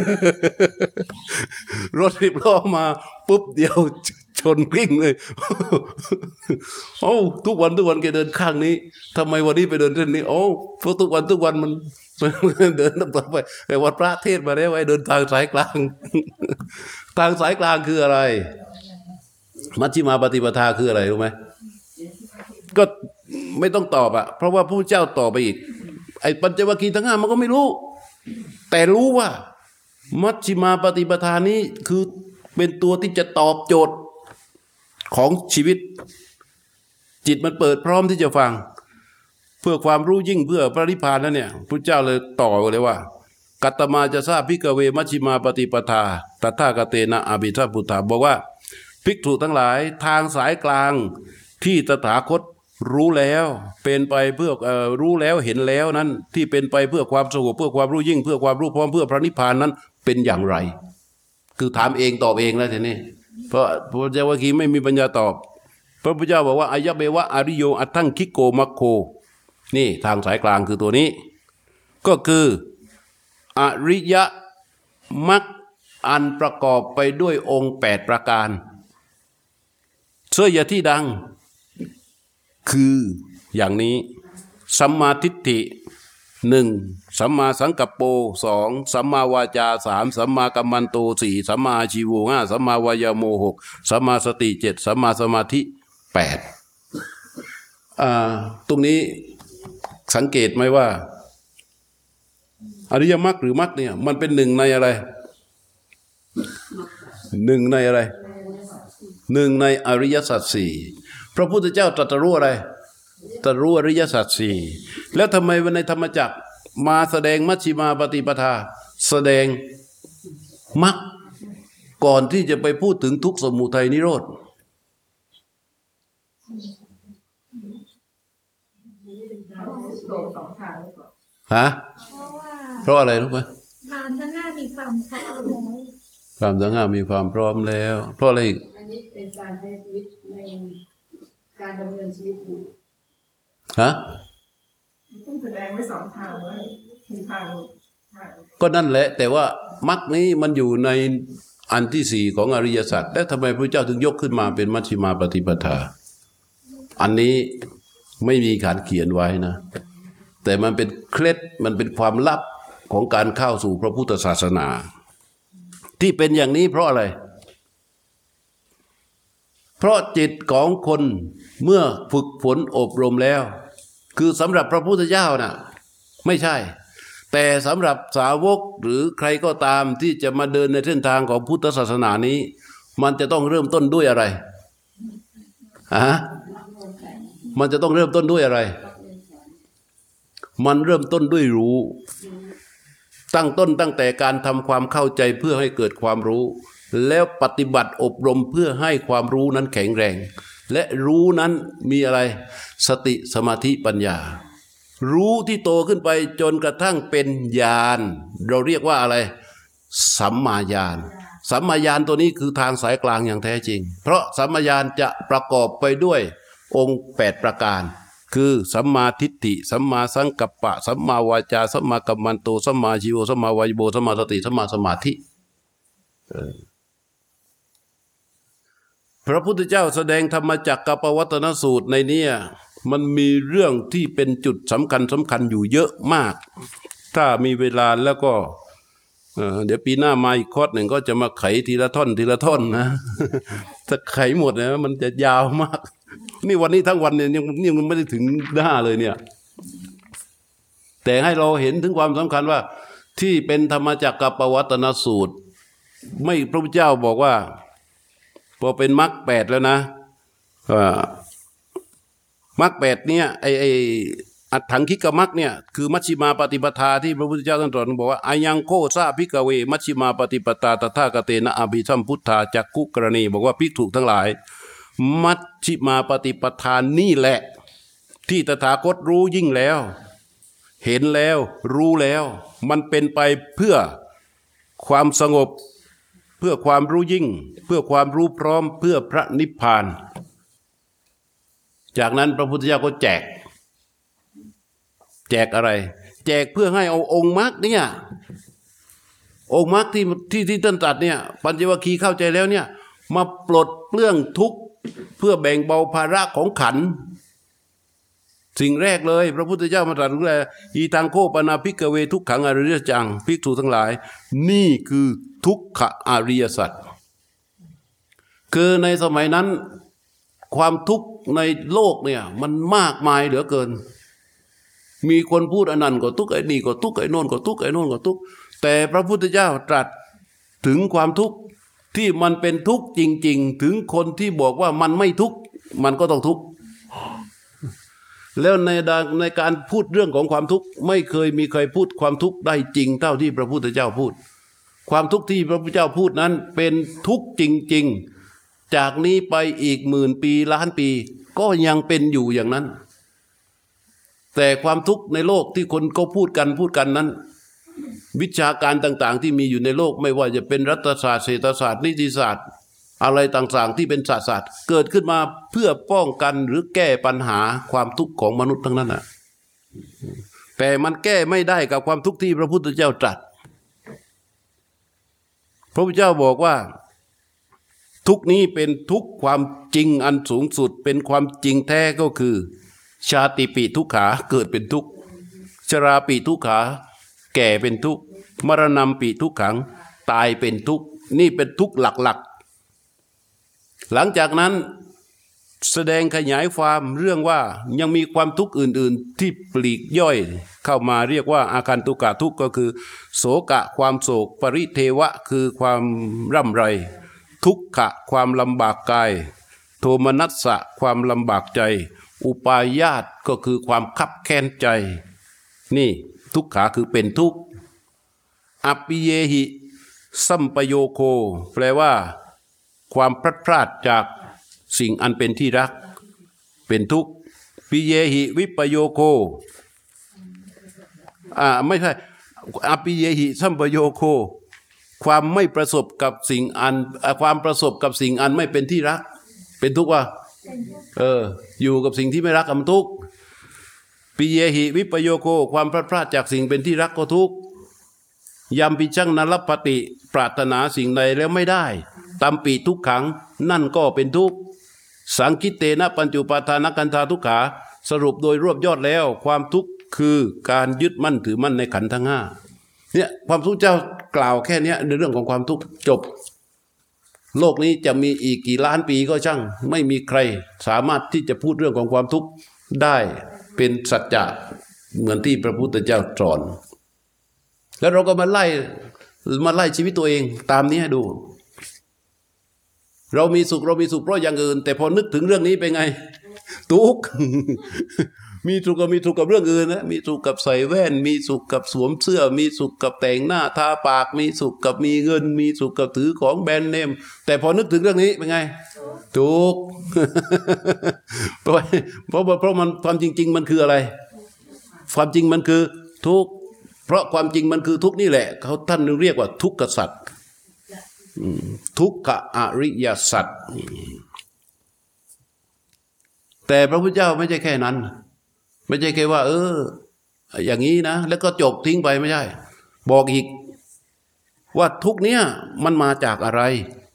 รถ10 ล้อมาปุ๊บเดียวชนกลิ้งเลยโอ้ทุกวันแกเดินข้างนี้ทำไมวันนี้ไปเดินเส้นนี้โอ้เพราะทุกวันมันเดินต่อไปแต่วัดพระเทศมาแล้วไอ้เดินทางสายกลาง ทางสายกลางคืออะไรมัชฌิมาปฏิปทาคืออะไรรู้ไหมก็ไม่ต้องตอบอ่ะเพราะว่าผู้เจ้าตอบไปอีกไอ้ปัญจวัคคีย์ทั้ง 5มันก็ไม่รู้แต่รู้ว่ามัชฌิมาปฏิปทานี้คือเป็นตัวที่จะตอบโจทย์ของชีวิตจิตมันเปิดพร้อมที่จะฟังเพื่อความรู้ยิ่งเพื่อพระนิพพานนั่นเนี่ยพระเจ้าเลยต่อเลยว่ากัตตมาจะทราบภิกขเวมัชฌิมาปฏิปทาตถากเตนะอภิสัมพุทธาบอกว่าภิกษุทั้งหลายทางสายกลางที่ตถาคตรู้แล้วเป็นไปเพื่อรู้แล้วเห็นแล้วนั้นที่เป็นไปเพื่อความสงบเพื่อความรู้ยิ่งเพื่อความรู้พร้อมเพื่อพระนิพพานนั้นเป็นอย่างไรคือถามเองตอบเองแล้วทีนี้เพราะพระเจ้าวัคคีย์ไม่มีปัญญาตอบพระพุทธเจ้าบอกว่าอายะเบวะอริโยอัตถังคิโกมัคโคนี่ทางสายกลางคือตัวนี้ก็คืออริยมรรคอันประกอบไปด้วยองค์8ประการเสื้อที่ดังคืออย่างนี้สัมมาทิฏฐิ1สัมมาสังกัปโป2สัมมาวาจา3สัมมากัมมันโต4สัมมาอาชีโว5สัมมาวายโม6สัมมาสติ7สัมมาสมาธิ8ตรงนี้สังเกตไหมว่าอริยมรรคหรือมรรคเนี่ยมันเป็นหนึ่งในอะไรหนึ่งในอะไรหนึ่งในอริยสัจสี่พระพุทธเจ้าตรัสรู้อะไรตรัสรู้อริยสัจสี่แล้วทำไมวันในธรรมจักรมาแสดงมัชฌิมาปฏิปทาแสดงมรรคก่อนที่จะไปพูดถึงทุกข์สมุทัยนิโรธฮะเพราะอะไรรู้ไหมความทั้ง 5มีความพร้อมแล้วความทั้ง 5มีความพร้อมแล้วเพราะอะไรอีกอันนี้เป็นการใช้ชีวิตในการดำเนินชีวิตอยู่ฮะต้องแสดงไว้2ทางไว้มีทางก็นั่นแหละแต่ว่ามรรคนี้มันอยู่ในอันที่4ของอริยสัจแล้วทำไมพระเจ้าถึงยกขึ้นมาเป็นมัชฌิมาปฏิปทาอันนี้ไม่มีการเขียนไว้นะแต่มันเป็นเคล็ดมันเป็นความลับของการเข้าสู่พระพุทธศาสนาที่เป็นอย่างนี้เพราะอะไรเพราะจิตของคนเมื่อฝึกฝนอบรมแล้วคือสำหรับพระพุทธเจ้าน่ะไม่ใช่แต่สำหรับสาวกหรือใครก็ตามที่จะมาเดินในเส้นทางของพุทธศาสนานี้มันจะต้องเริ่มต้นด้วยอะไรมันจะต้องเริ่มต้นด้วยอะไรมันเริ่มต้นด้วยรู้ตั้งแต่การทำความเข้าใจเพื่อให้เกิดความรู้แล้วปฏิบัติอบรมเพื่อให้ความรู้นั้นแข็งแรงและรู้นั้นมีอะไรสติสมาธิปัญญารู้ที่โตขึ้นไปจนกระทั่งเป็นญาณเราเรียกว่าอะไรสัมมาญาณสัมมาญาณตัวนี้คือทางสายกลางอย่างแท้จริงเพราะสัมมาญาณจะประกอบไปด้วยองค์8ประการคือสัมมาทิฏฐิสัมมาสังกัปปะสัมมาวาจาสัมมากัมมันโตสัมมาชีโวสัมมาวายโบสัมมาสติสัมมาสมาธิพระพุทธเจ้าแสดงธรรมจักรกับปวัตตนสูตรในนี้มันมีเรื่องที่เป็นจุดสำคัญอยู่เยอะมากถ้ามีเวลาแล้วก็เดี๋ยวปีหน้ามาอีกคอร์สหนึ่งก็จะมาไขทีละท่อนนะถ้าไขหมดนะมันจะยาวมากนี่วันนี้ทั้งวันเนี่ยยังไม่ได้ถึงหน้าเลยเนี่ยแต่ให้เราเห็นถึงความสำคัญว่าที่เป็นธรรมจักรกับปวัตตนสูตรไม่พระพุทธเจ้าบอกว่าพอเป็นมรรค8แล้วนะมรรค8เนี่ยไออัตถังคิกมรรคเนี่ยคือมัชฌิมาปฏิปทาที่พระพุทธเจ้าท่านตรัสบอกว่าอายังโคซาภิกขเวมัชฌิมาปฏิปทาตถาคเตนะอภิสัมพุทธาจักขุกรณีบอกว่าภิกษุทั้งหลายมัชฌิมาปฏิปทานี่แหละที่ตถาคตรู้ยิ่งแล้วเห็นแล้วรู้แล้วมันเป็นไปเพื่อความสงบเพื่อความรู้ยิ่งเพื่อความรู้พร้อมเพื่อพระนิพพานจากนั้นพระพุทธเจ้าก็แจกอะไรแจกเพื่อให้เอาองค์มรรคเนี่ยองค์มรรคที่ท่านตรัสเนี่ยปัญจวัคคีย์เข้าใจแล้วเนี่ยมาปลดเปลื้องทุกข์เพื่อแบ่งเบาภาระของขันธ์สิ่งแรกเลยพระพุทธเจ้ามาตรัสว่าอีทางโคปนาภิกขเวทุกขังอริยจังภิกษุทั้งหลายนี่คือทุกขอริยสัจคือในสมัยนั้นความทุกข์ในโลกเนี่ยมันมากมายเหลือเกินมีคนพูดอันนั้นก็ทุกข์ไอ้นี่ก็ทุกข์ไอ้โน่นก็ทุกข์ไอ้โน่นก็ทุกข์แต่พระพุทธเจ้าตรัสถึงความทุกข์ที่มันเป็นทุกข์จริงๆถึงคนที่บอกว่ามันไม่ทุกข์มันก็ต้องทุกข์แล้วในการพูดเรื่องของความทุกข์ไม่เคยมีใครพูดความทุกข์ได้จริงเท่าที่พระพุทธเจ้าพูดความทุกข์ที่พระพุทธเจ้าพูดนั้นเป็นทุกข์จริงๆจากนี้ไปอีก10,000 ปีล้านปีก็ยังเป็นอยู่อย่างนั้นแต่ความทุกข์ในโลกที่คนก็พูดกันนั้นวิชาการต่างๆที่มีอยู่ในโลกไม่ว่าจะเป็นรัฐศาสตร์เศรษฐศาสตร์นิติศาสตร์อะไรต่างๆที่เป็นศาสตร์เกิดขึ้นมาเพื่อป้องกันหรือแก้ปัญหาความทุกข์ของมนุษย์ทั้งนั้นน่ะแต่มันแก้ไม่ได้กับความทุกข์ที่พระพุทธเจ้าตรัสพระพุทธเจ้าบอกว่าทุกนี้เป็นทุกความจริงอันสูงสุดเป็นความจริงแท้ก็คือชาติปิทุกขาเกิดเป็นทุกข์ชราปิทุกขาแก่เป็นทุกข์มรณะปิทุกขังตายเป็นทุกข์นี่เป็นทุกข์หลักๆหลังจากนั้นแสดงขยายความเรื่องว่ายังมีความทุกข์อื่นๆที่ปลีกย่อยเข้ามาเรียกว่าอาคันตุกะทุกข์ก็คือโศกะความโศกปริเทวะคือความร่ำไรทุกขะความลำบากกายโทมนัสสะความลำบากใจอุปายาตก็คือความคับแค้นใจนี่ทุกขาคือเป็นทุกข์อัปปิเยหิสัมปโยโคแปลว่าความพลัดพรากจากสิ่งอันเป็นที่รักเป็นทุกข์ปิเยหิวิปโยโคไม่ใช่อัปปิเยหิสัมปโยโคความไม่ประสบกับสิ่งอันความประสบกับสิ่งอันไม่เป็นที่รักเป็นทุกข์ว่าอยู่กับสิ่งที่ไม่รักมันทุกข์ปิเยหิวิปโยโคความพลัดพรากจากสิ่งเป็นที่รักก็ทุกข์ยัมปิชังนรปฏิปรารถนาสิ่งใดแล้วไม่ได้ตัมปิทุกขังนั่นก็เป็นทุกข์สังคิเตนะปัญจุปาทานกันธาทุกขาสรุปโดยรวบยอดแล้วความทุกข์คือการยึดมั่นถือมั่นในขันธ์ทั้งห้าเนี่ยความทุกข์เจ้ากล่าวแค่นี้ในเรื่องของความทุกข์จบโลกนี้จะมีอีกกี่ล้านปีก็ช่างไม่มีใครสามารถที่จะพูดเรื่องของความทุกข์ได้เป็นสัจจะเหมือนที่พระพุทธเจ้าสอนแล้วเราก็มาไล่ชีวิตตัวเองตามนี้ให้ดูเรามีสุขเพราะอย่างอื่นแต่พอนึกถึงเรื่องนี้เป็นไงทุกข์ มีสุขก็มีสุขกับเรื่องอื่นนะมีสุขกับใส่แว่นมีสุขกับสวมเสื้อมีสุขกับแต่งหน้าทาปากมีสุขกับมีเงินมีสุขกับถือของแบรนด์เนมแต่พอนึกถึงเรื่องนี้เป็นไงทุกข์ เพราะมันความจริงมันคืออะไรความจริงมันคือทุกข์เพราะความจริงมันคือทุกข์นี่แหละเขาท่านเรียกว่าทุกขสัจทุกขอริยสัจแต่พระพุทธเจ้าไม่ใช่แค่นั้นไม่ใช่แค่ว่า อย่างนี้นะแล้วก็จบทิ้งไปไม่ใช่ บอกอีกว่าทุกเนี้ยมันมาจากอะไร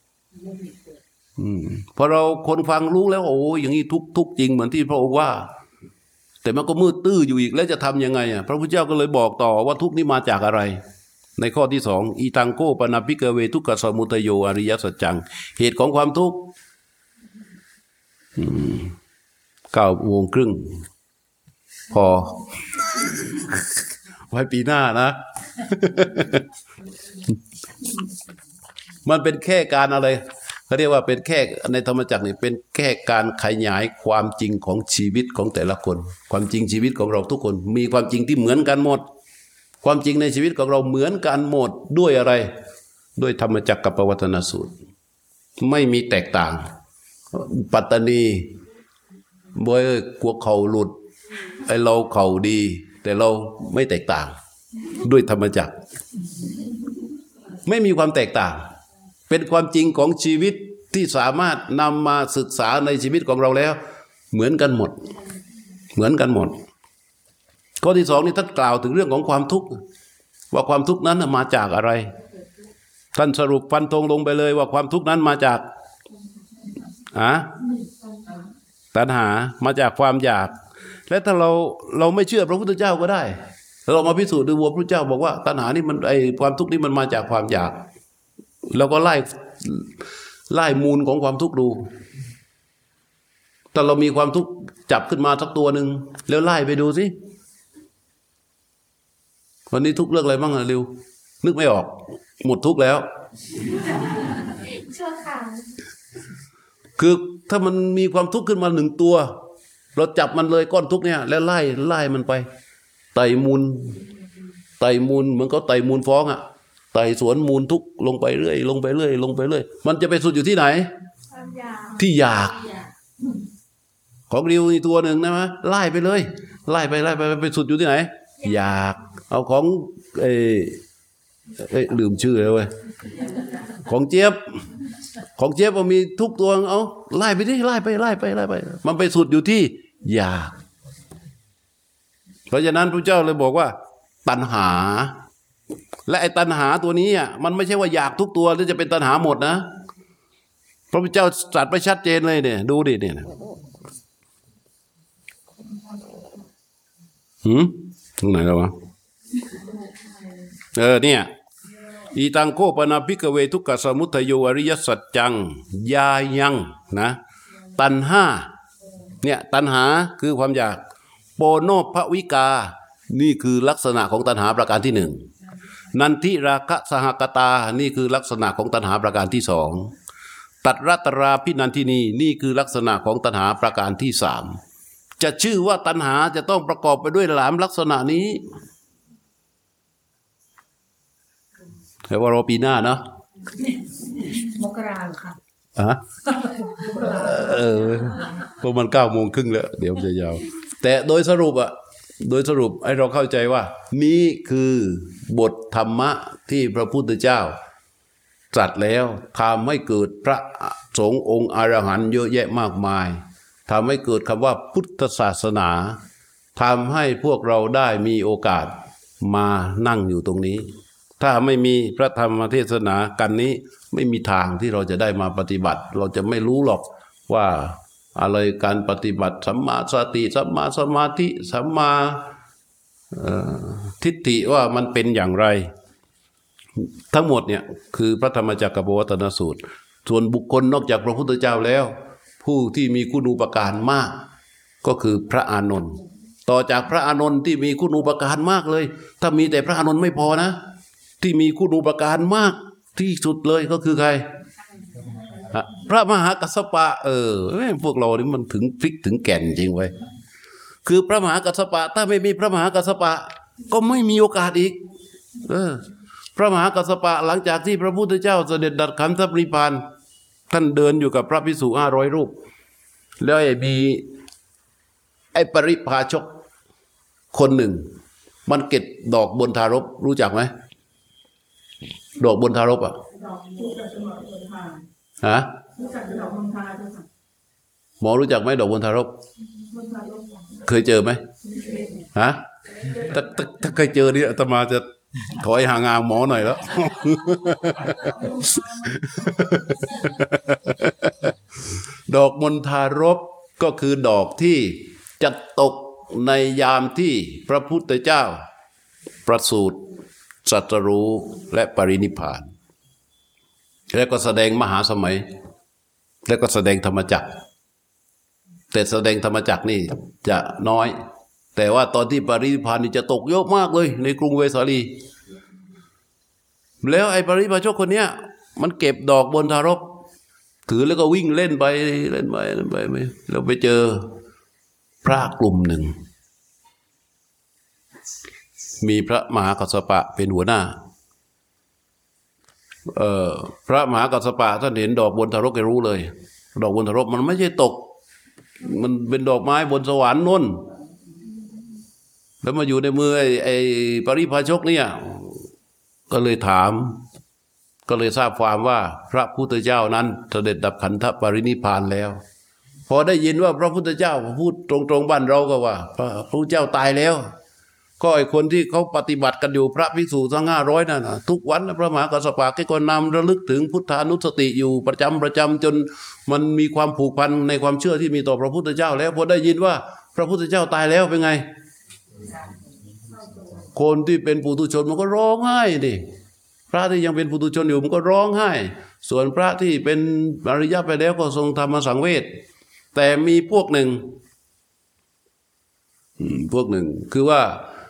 พอเราคนฟังรู้แล้วโอ้อย่างนี้ทุกจริงเหมือนที่พระองค์ว่าแต่มันก็มืดตื้ออยู่อีกแล้วจะทำยังไงพระพุทธเจ้าก็เลยบอกต่อว่าทุกนี้มาจากอะไรในข้อที่สองอีตังโกปนาภิกเวทุกขสมุทัยโยอริยสัจจังเหตุของความทุกข์9:30พอ ไว้ปีหน้านะ มันเป็นแค่การอะไรเขาเรียกว่าเป็นแค่ในธรรมจักรนี่เป็นแค่การขยายความจริงของชีวิตของแต่ละคนความจริงชีวิตของเราทุกคนมีความจริงที่เหมือนกันหมดความจริงในชีวิตของเราเหมือนกันหมดด้วยอะไรด้วยธรรมจักรกับปวัตตนสูตรไม่มีแตกต่างปัตตานีบอยกลัวเข่าหลุดไอเราเข่าดีแต่เราไม่แตกต่างด้วยธรรมจักรไม่มีความแตกต่างเป็นความจริงของชีวิตที่สามารถนำมาศึกษาในชีวิตของเราแล้วเหมือนกันหมดเหมือนกันหมดข้อที่สองนี่ท่านกล่าวถึงเรื่องของความทุกข์ว่าความทุกข์นั้นมาจากอะไรท่านสรุปฟันธงลงไปเลยว่าความทุกข์นั้นมาจากตัณหามาจากความอยากและถ้าเราไม่เชื่อพระพุทธเจ้าก็ได้เรามาพิสูจน์ดูว่าพระเจ้าบอกว่าตัณหานี่มันความทุกข์นี่มันมาจากความอยากแล้วก็ไล่มูลของความทุกข์ดูถ้าเรามีความทุกข์จับขึ้นมาสักตัวหนึ่งแล้วไล่ไปดูสิวันนี้ทุกข์เรื่องอะไรบ้างเร็วนึกไม่ออกหมดทุกข์แล้วชั่วคราวคือถ้ามันมีความทุกข์ขึ้นมาหนึ่งตัวเราจับมันเลยก้อนทุกข์เนี่ยแล้วไล่มันไปไต่มูลเหมือนเขาไต่มูลฟ้องไต่สวนมูลทุกข์ลงไปเรื่อยลงไปเรื่อยลงไปเรื่อยมันจะไปสุดอยู่ที่ไหนที่อยากของริวนี่ตัวหนึ่งนะมั้ยไล่ไปเลยไล่ไปสุดอยู่ที่ไหนอยากเอาของลืมชื่อแล้วเว้ยของเจี๊ยบมันมีทุกตัวเอาไล่ไปดิไล่ไปมันไปสุดอยู่ที่อยากเพราะฉะนั้นพระเจ้าเลยบอกว่าตัณหาและไอ้ตัณหาตัวนี้มันไม่ใช่ว่าอยากทุกตัวแล้วจะเป็นตัณหาหมดนะพระพุทธเจ้าตรัสไปชัดเจนเลยเนี่ยดูดิเนี่ยตรงไหนแล้ววะเนี่ยอีตังโคปนาภิกเวทุกขสมุทัยโยอริยสัจจังยายังนะตัณหาเนี่ยตัณหาคือความอยากโปโนภวิกานี่คือลักษณะของตัณหาประการที่หนึ่งนันทิราคะสหกตานี่คือลักษณะของตัณหาประการที่สองตัดรัตราพินันทินีนี่คือลักษณะของตัณหาประการที่สามจะชื่อว่าตัณหาจะต้องประกอบไปด้วยหลายลักษณะนี้แต่ว่ารอปีหน้าเนาะมกราค่ะเพราะมัน9:30แล้วเดี๋ยวมันจะยาวแต่โดยสรุปให้เราเข้าใจว่านี่คือบทธรรมะที่พระพุทธเจ้าตรัสแล้วทำให้เกิดพระสงฆ์องค์อรหันต์เยอะแยะมากมายทำให้เกิดคำว่าพุทธศาสนาทำให้พวกเราได้มีโอกาสมานั่งอยู่ตรงนี้ถ้าไม่มีพระธรรมเทศนากันนี้ไม่มีทางที่เราจะได้มาปฏิบัติเราจะไม่รู้หรอกว่าอะไรการปฏิบัติสัมมาสติสัมมาสมาธิสัมมาทิฏฐิว่ามันเป็นอย่างไรทั้งหมดเนี่ยคือพระธรรมจักรปวัตตนสูตรส่วนบุคคลนอกจากพระพุทธเจ้าแล้วผู้ที่มีคุณูปการมากก็คือพระอานนท์ต่อจากพระอานนท์ที่มีคุณูปการมากเลยถ้ามีแต่พระอานนท์ไม่พอนะที่มีคุณูปการมากที่สุดเลยก็คือใครพระมหากัสสปะพวกเรานี่มันถึงพลิกถึงแก่นจริงไว้คือพระมหากัสสปะถ้าไม่มีพระมหากัสสปะก็ไม่มีโอกาสอีกพระมหากัสสปะหลังจากที่พระพุทธเจ้าเสด็จดับขันธปรินิพพานท่านเดินอยู่กับพระภิกษุ500 รูปแล้วมีไอ้ปริพาชกคนหนึ่งมันเก็บดอกบนทารกรู้จักไหมดอกบนทารกฮะหมอรู้จักไหมดอกบนทารกเคยเจอไหมฮะถ้าเคยเจอนี่อาตมาจะถอยห่างๆหมอหน่อยแล้ว ดอกมณฑารพก็คือดอกที่จะตกในยามที่พระพุทธเจ้าประสูติตรัสรู้และปรินิพพานแล้วก็แสดงมหาสมัยแล้วก็แสดงธรรมจักรแต่แสดงธรรมจักรนี่จะน้อยแต่ว่าตอนที่ปรินิพพานนี่จะตกเยอะมากเลยในกรุงเวสาลีแล้วไอ้ปริพาชกคนเนี้ยมันเก็บดอกบนทารกถือแล้วก็วิ่งเล่นไปแล้วไปเจอพระกลุ่มหนึ่งมีพระมหากัสสปะเป็นหัวหน้าพระมหากัสสปะท่านเห็นดอกบนทารกแกรู้เลยดอกบนทารกมันไม่ใช่ตกมันเป็นดอกไม้บนสวรรค์นู่นแล้วมาอยู่ในมือไอ้ปริพาชกเนี่ยก็เลยถามก็เลยทราบความว่าพระพุทธเจ้านั้นเสด็จดับขันธปรินิพพานแล้วพอได้ยินว่าพระพุทธเจ้าพูดตรงๆบ้านเราก็ว่าพระพุทธเจ้าตายแล้วก็ไอ้คนที่เขาปฏิบัติกันอยู่พระภิกษุทั้ง500นั่นทุกวันพระมหากัสสปะแกก็นำระลึกถึงพุทธานุสติอยู่ประจำจนมันมีความผูกพันในความเชื่อที่มีต่อพระพุทธเจ้าแล้วพอได้ยินว่าพระพุทธเจ้าตายแล้วเป็นไงคนที่เป็นปุถุชนมันก็ร้องไห้ดิพระที่ยังเป็นปุถุชนอยู่มันก็ร้องไห้ส่วนพระที่เป็นอริยะไปแล้วก็ทรงธรรมสังเวชแต่มีพวกหนึ่งคือว่า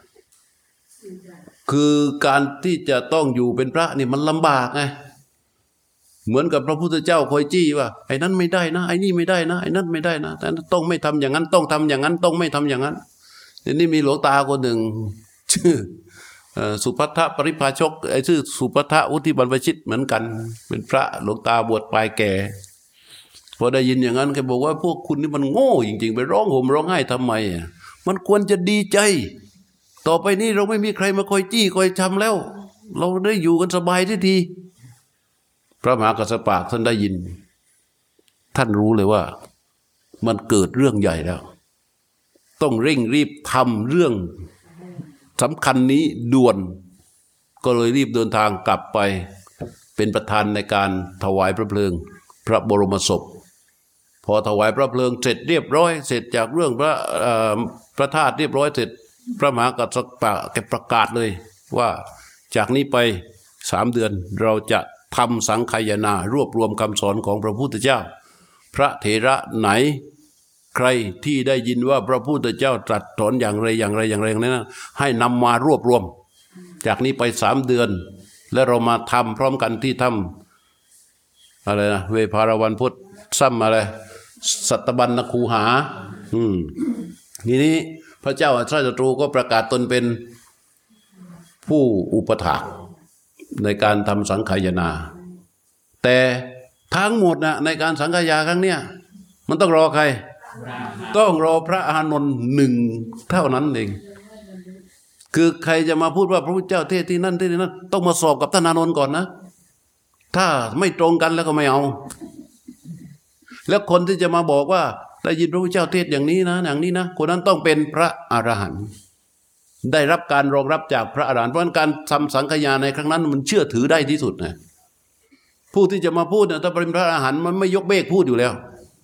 คือการที่จะต้องอยู่เป็นพระนี่มันลำบากไงเหมือนกับพระพุทธเจ้าคอยจี้ว่าไอ้นั้นไม่ได้นะไอ้นี่ไม่ได้นะไอ้นั้นไม่ได้นะแต่ต้องไม่ทำอย่างนั้นต้องทำอย่างนั้นต้องไม่ทำอย่างนั้นทีนี้มีหลวงตาคนหนึ่งชื่อสุภัททปริภาชกไอ้ชื่อสุภัททวุฒิบรรพชิตเหมือนกันเป็นพระหลวงตาบวชปลายแก่พอได้ยินอย่างนั้นแกบอกว่าพวกคุณนี่มันโง่จริงๆไปร้องห่มร้องไห้ทำไมมันควรจะดีใจต่อไปนี้เราไม่มีใครมาคอยจี้คอยทำแล้วเราได้อยู่กันสบายทีพระมหากัสสปะท่านได้ยินท่านรู้เลยว่ามันเกิดเรื่องใหญ่แล้วต้องเร่งรีบทำเรื่องสำคัญนี้ด่วนก็เลยรีบเดินทางกลับไปเป็นประธานในการถวายพระเพลิงพระบรมศพพอถวายพระเพลิงเสร็จเรียบร้อยเสร็จจากเรื่องพระธาตุเรียบร้อยเสร็จพระมหากัสสปะแกประกาศเลยว่าจากนี้ไป3 เดือนเราจะทำสังฆายนารวบรวมคำสอนของพระพุทธเจ้าพระเถระไหนใครที่ได้ยินว่าพระพุทธเจ้าตรัสสอนอย่างไรนั้นให้นำมารวบรวมจากนี้ไป3 เดือนและเรามาทำพร้อมกันที่ถ้ำอะไรนะเวภารวันพุทธซ้ำอะไรสัตบัญญคูหาทีนี้พระเจ้าอาชาศัตรูก็ประกาศตนเป็นผู้อุปถากในการทำสังฆายนาแต่ทั้งหมดนะในการสังฆายนาครั้งเนี้ยมันต้องรอใครต้องรอพระอานนท์1เท่านั้นเองคือใครจะมาพูดว่าพระพุทธเจ้าเทศที่นั่นต้องมาสอบกับท่านอานนท์ก่อนนะถ้าไม่ตรงกันแล้วก็ไม่เอาแล้วคนที่จะมาบอกว่าได้ยินพระพุทธเจ้าเทศอย่างนี้นะอย่างนี้นะคนนั้นต้องเป็นพระอรหันต์ได้รับการรองรับจากพระอรหันต์เพราะการทำสังฆายนาในครั้งนั้นมันเชื่อถือได้ที่สุดนะผู้ที่จะมาพูดเนี่ยถ้าเป็นพระอรหันต์มันไม่ยกเบกพูดอยู่แล้ว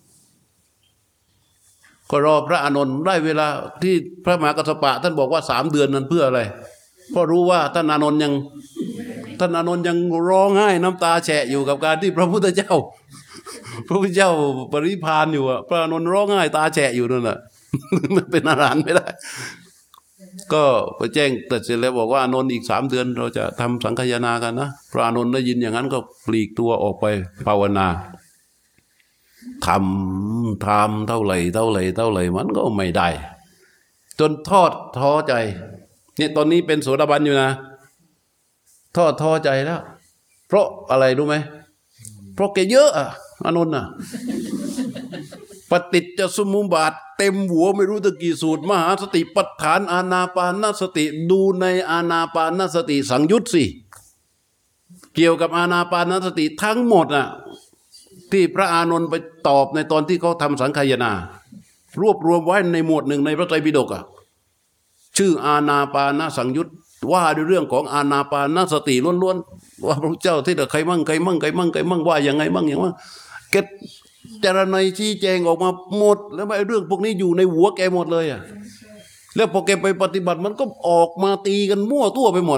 ก็รอพระอานนท์ได้เวลาที่พระมหากัสสปะท่านบอกว่า3 เดือนนั้นเพื่ออะไรเพราะรู้ว่าท่านอานนท์ยังร้องไห้น้ำตาแฉะอยู่กับการที่พระพุทธเจ้าปรินิพพานอยู่พระอานนท์ร้องไห้ตาแฉะอยู่นั่นแหละมันเป็นอรหันต์ไม่ได้ก็ไปแจ้งตัดสินแล้วบอกว่าอานนท์อีก3 เดือนเราจะทำสังฆายนากันนะพระอานนท์ได้ยินอย่างนั้นก็ปลีกตัวออกไปภาวนาทำเท่าไหร่มันก็ไม่ได้จนท้อใจเนี่ยตอนนี้เป็นโสดาบันอยู่นะท้อใจแล้วเพราะอะไรรู้ไหมเพราะแกเยอะอานนท์ปฏิจจสมุปบาทเต็มหัวไม่รู้ตะกี่สูตรมหาสติปัฏฐานอานาปานสติดูในอานาปานสติสังยุตสิเกี่ยวกับอานาปานสติทั้งหมดที่พระอานนท์ไปตอบในตอนที่เขาทำสังฆายนารวบรวมไว้ในหมวดหนึ่งในพระไตรปิฎกชื่ออานาปานสังยุตว่าด้วยเรื่องของอานาปานสติล้วนๆว่าพระเจ้าที่ใครมั่งว่ายังไงมั่งอย่างว่าแกจารณัยชี้แจงออกมาหมดแล้วไอ้เรื่องพวกนี้อยู่ในหัวแกหมดเลยแล้วพอแกไปปฏิบัติมันก็ออกมาตีกันมั่วตัวไปหมด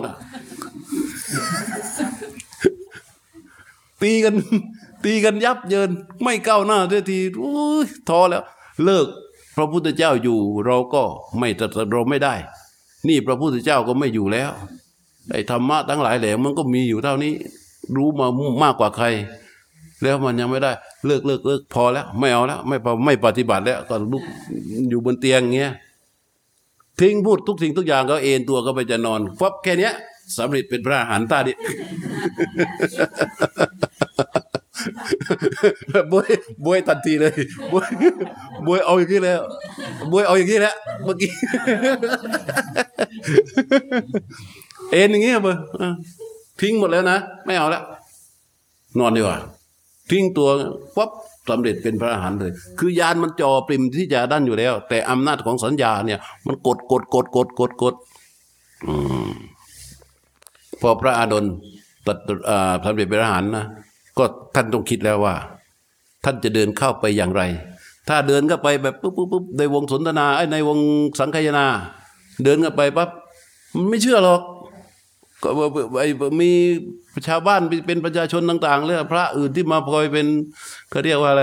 ตีกันยับเยินไม่ก้าวหน้าทีทีท้อแล้วเลิกพระพุทธเจ้าอยู่เราก็เราไม่ได้นี่พระพุทธเจ้าก็ไม่อยู่แล้วไอ้ธรรมะทั้งหลายแหล่มันก็มีอยู่เท่านี้รู้มามากกว่าใครแล้วมันยังไม่ได้เลิกพอแล้วไม่เอาแล้วไม่ปฏิบัติแล้วก็ลุกอยู่บนเตียงเงี้ยทิ้งพูดทุกสิ่งทุกอย่างก็เอนตัวก็ไปจะนอนฟับแค่เนี้ยสำเร็จเป็นพระอรหันต์ตาดิบวยทันทีเลยบวยเอาอย่างนี้แล้วบวยเอาอย่างนี้แล้วเมื่อกี้เอ็นอย่างเงี้ยเบอร์ทิ้งหมดแล้วนะไม่เอาแล้วนอนดีกว่าทิ้งตัวปั๊บสำเร็จเป็นพระอรหันต์เลยคือยานมันจ่อปริมที่จะดันอยู่แล้วแต่อำนาจของสัญญาเนี่ยมันกดพอพระอานนท์สำเร็จเป็นพระอรหันต์นะก็ท่านต้องคิดแล้วว่าท่านจะเดินเข้าไปอย่างไรถ้าเดินเข้าไปแบบปุ๊บในวงสนทนาในวงสังคายนาเดินเข้าไปปั๊บมันไม่เชื่อหรอกก็มีชาวบ้านเป็นประชาชนต่างๆเลยพระอื่นที่มาพลอยเป็นเขาเรียกว่าอะไร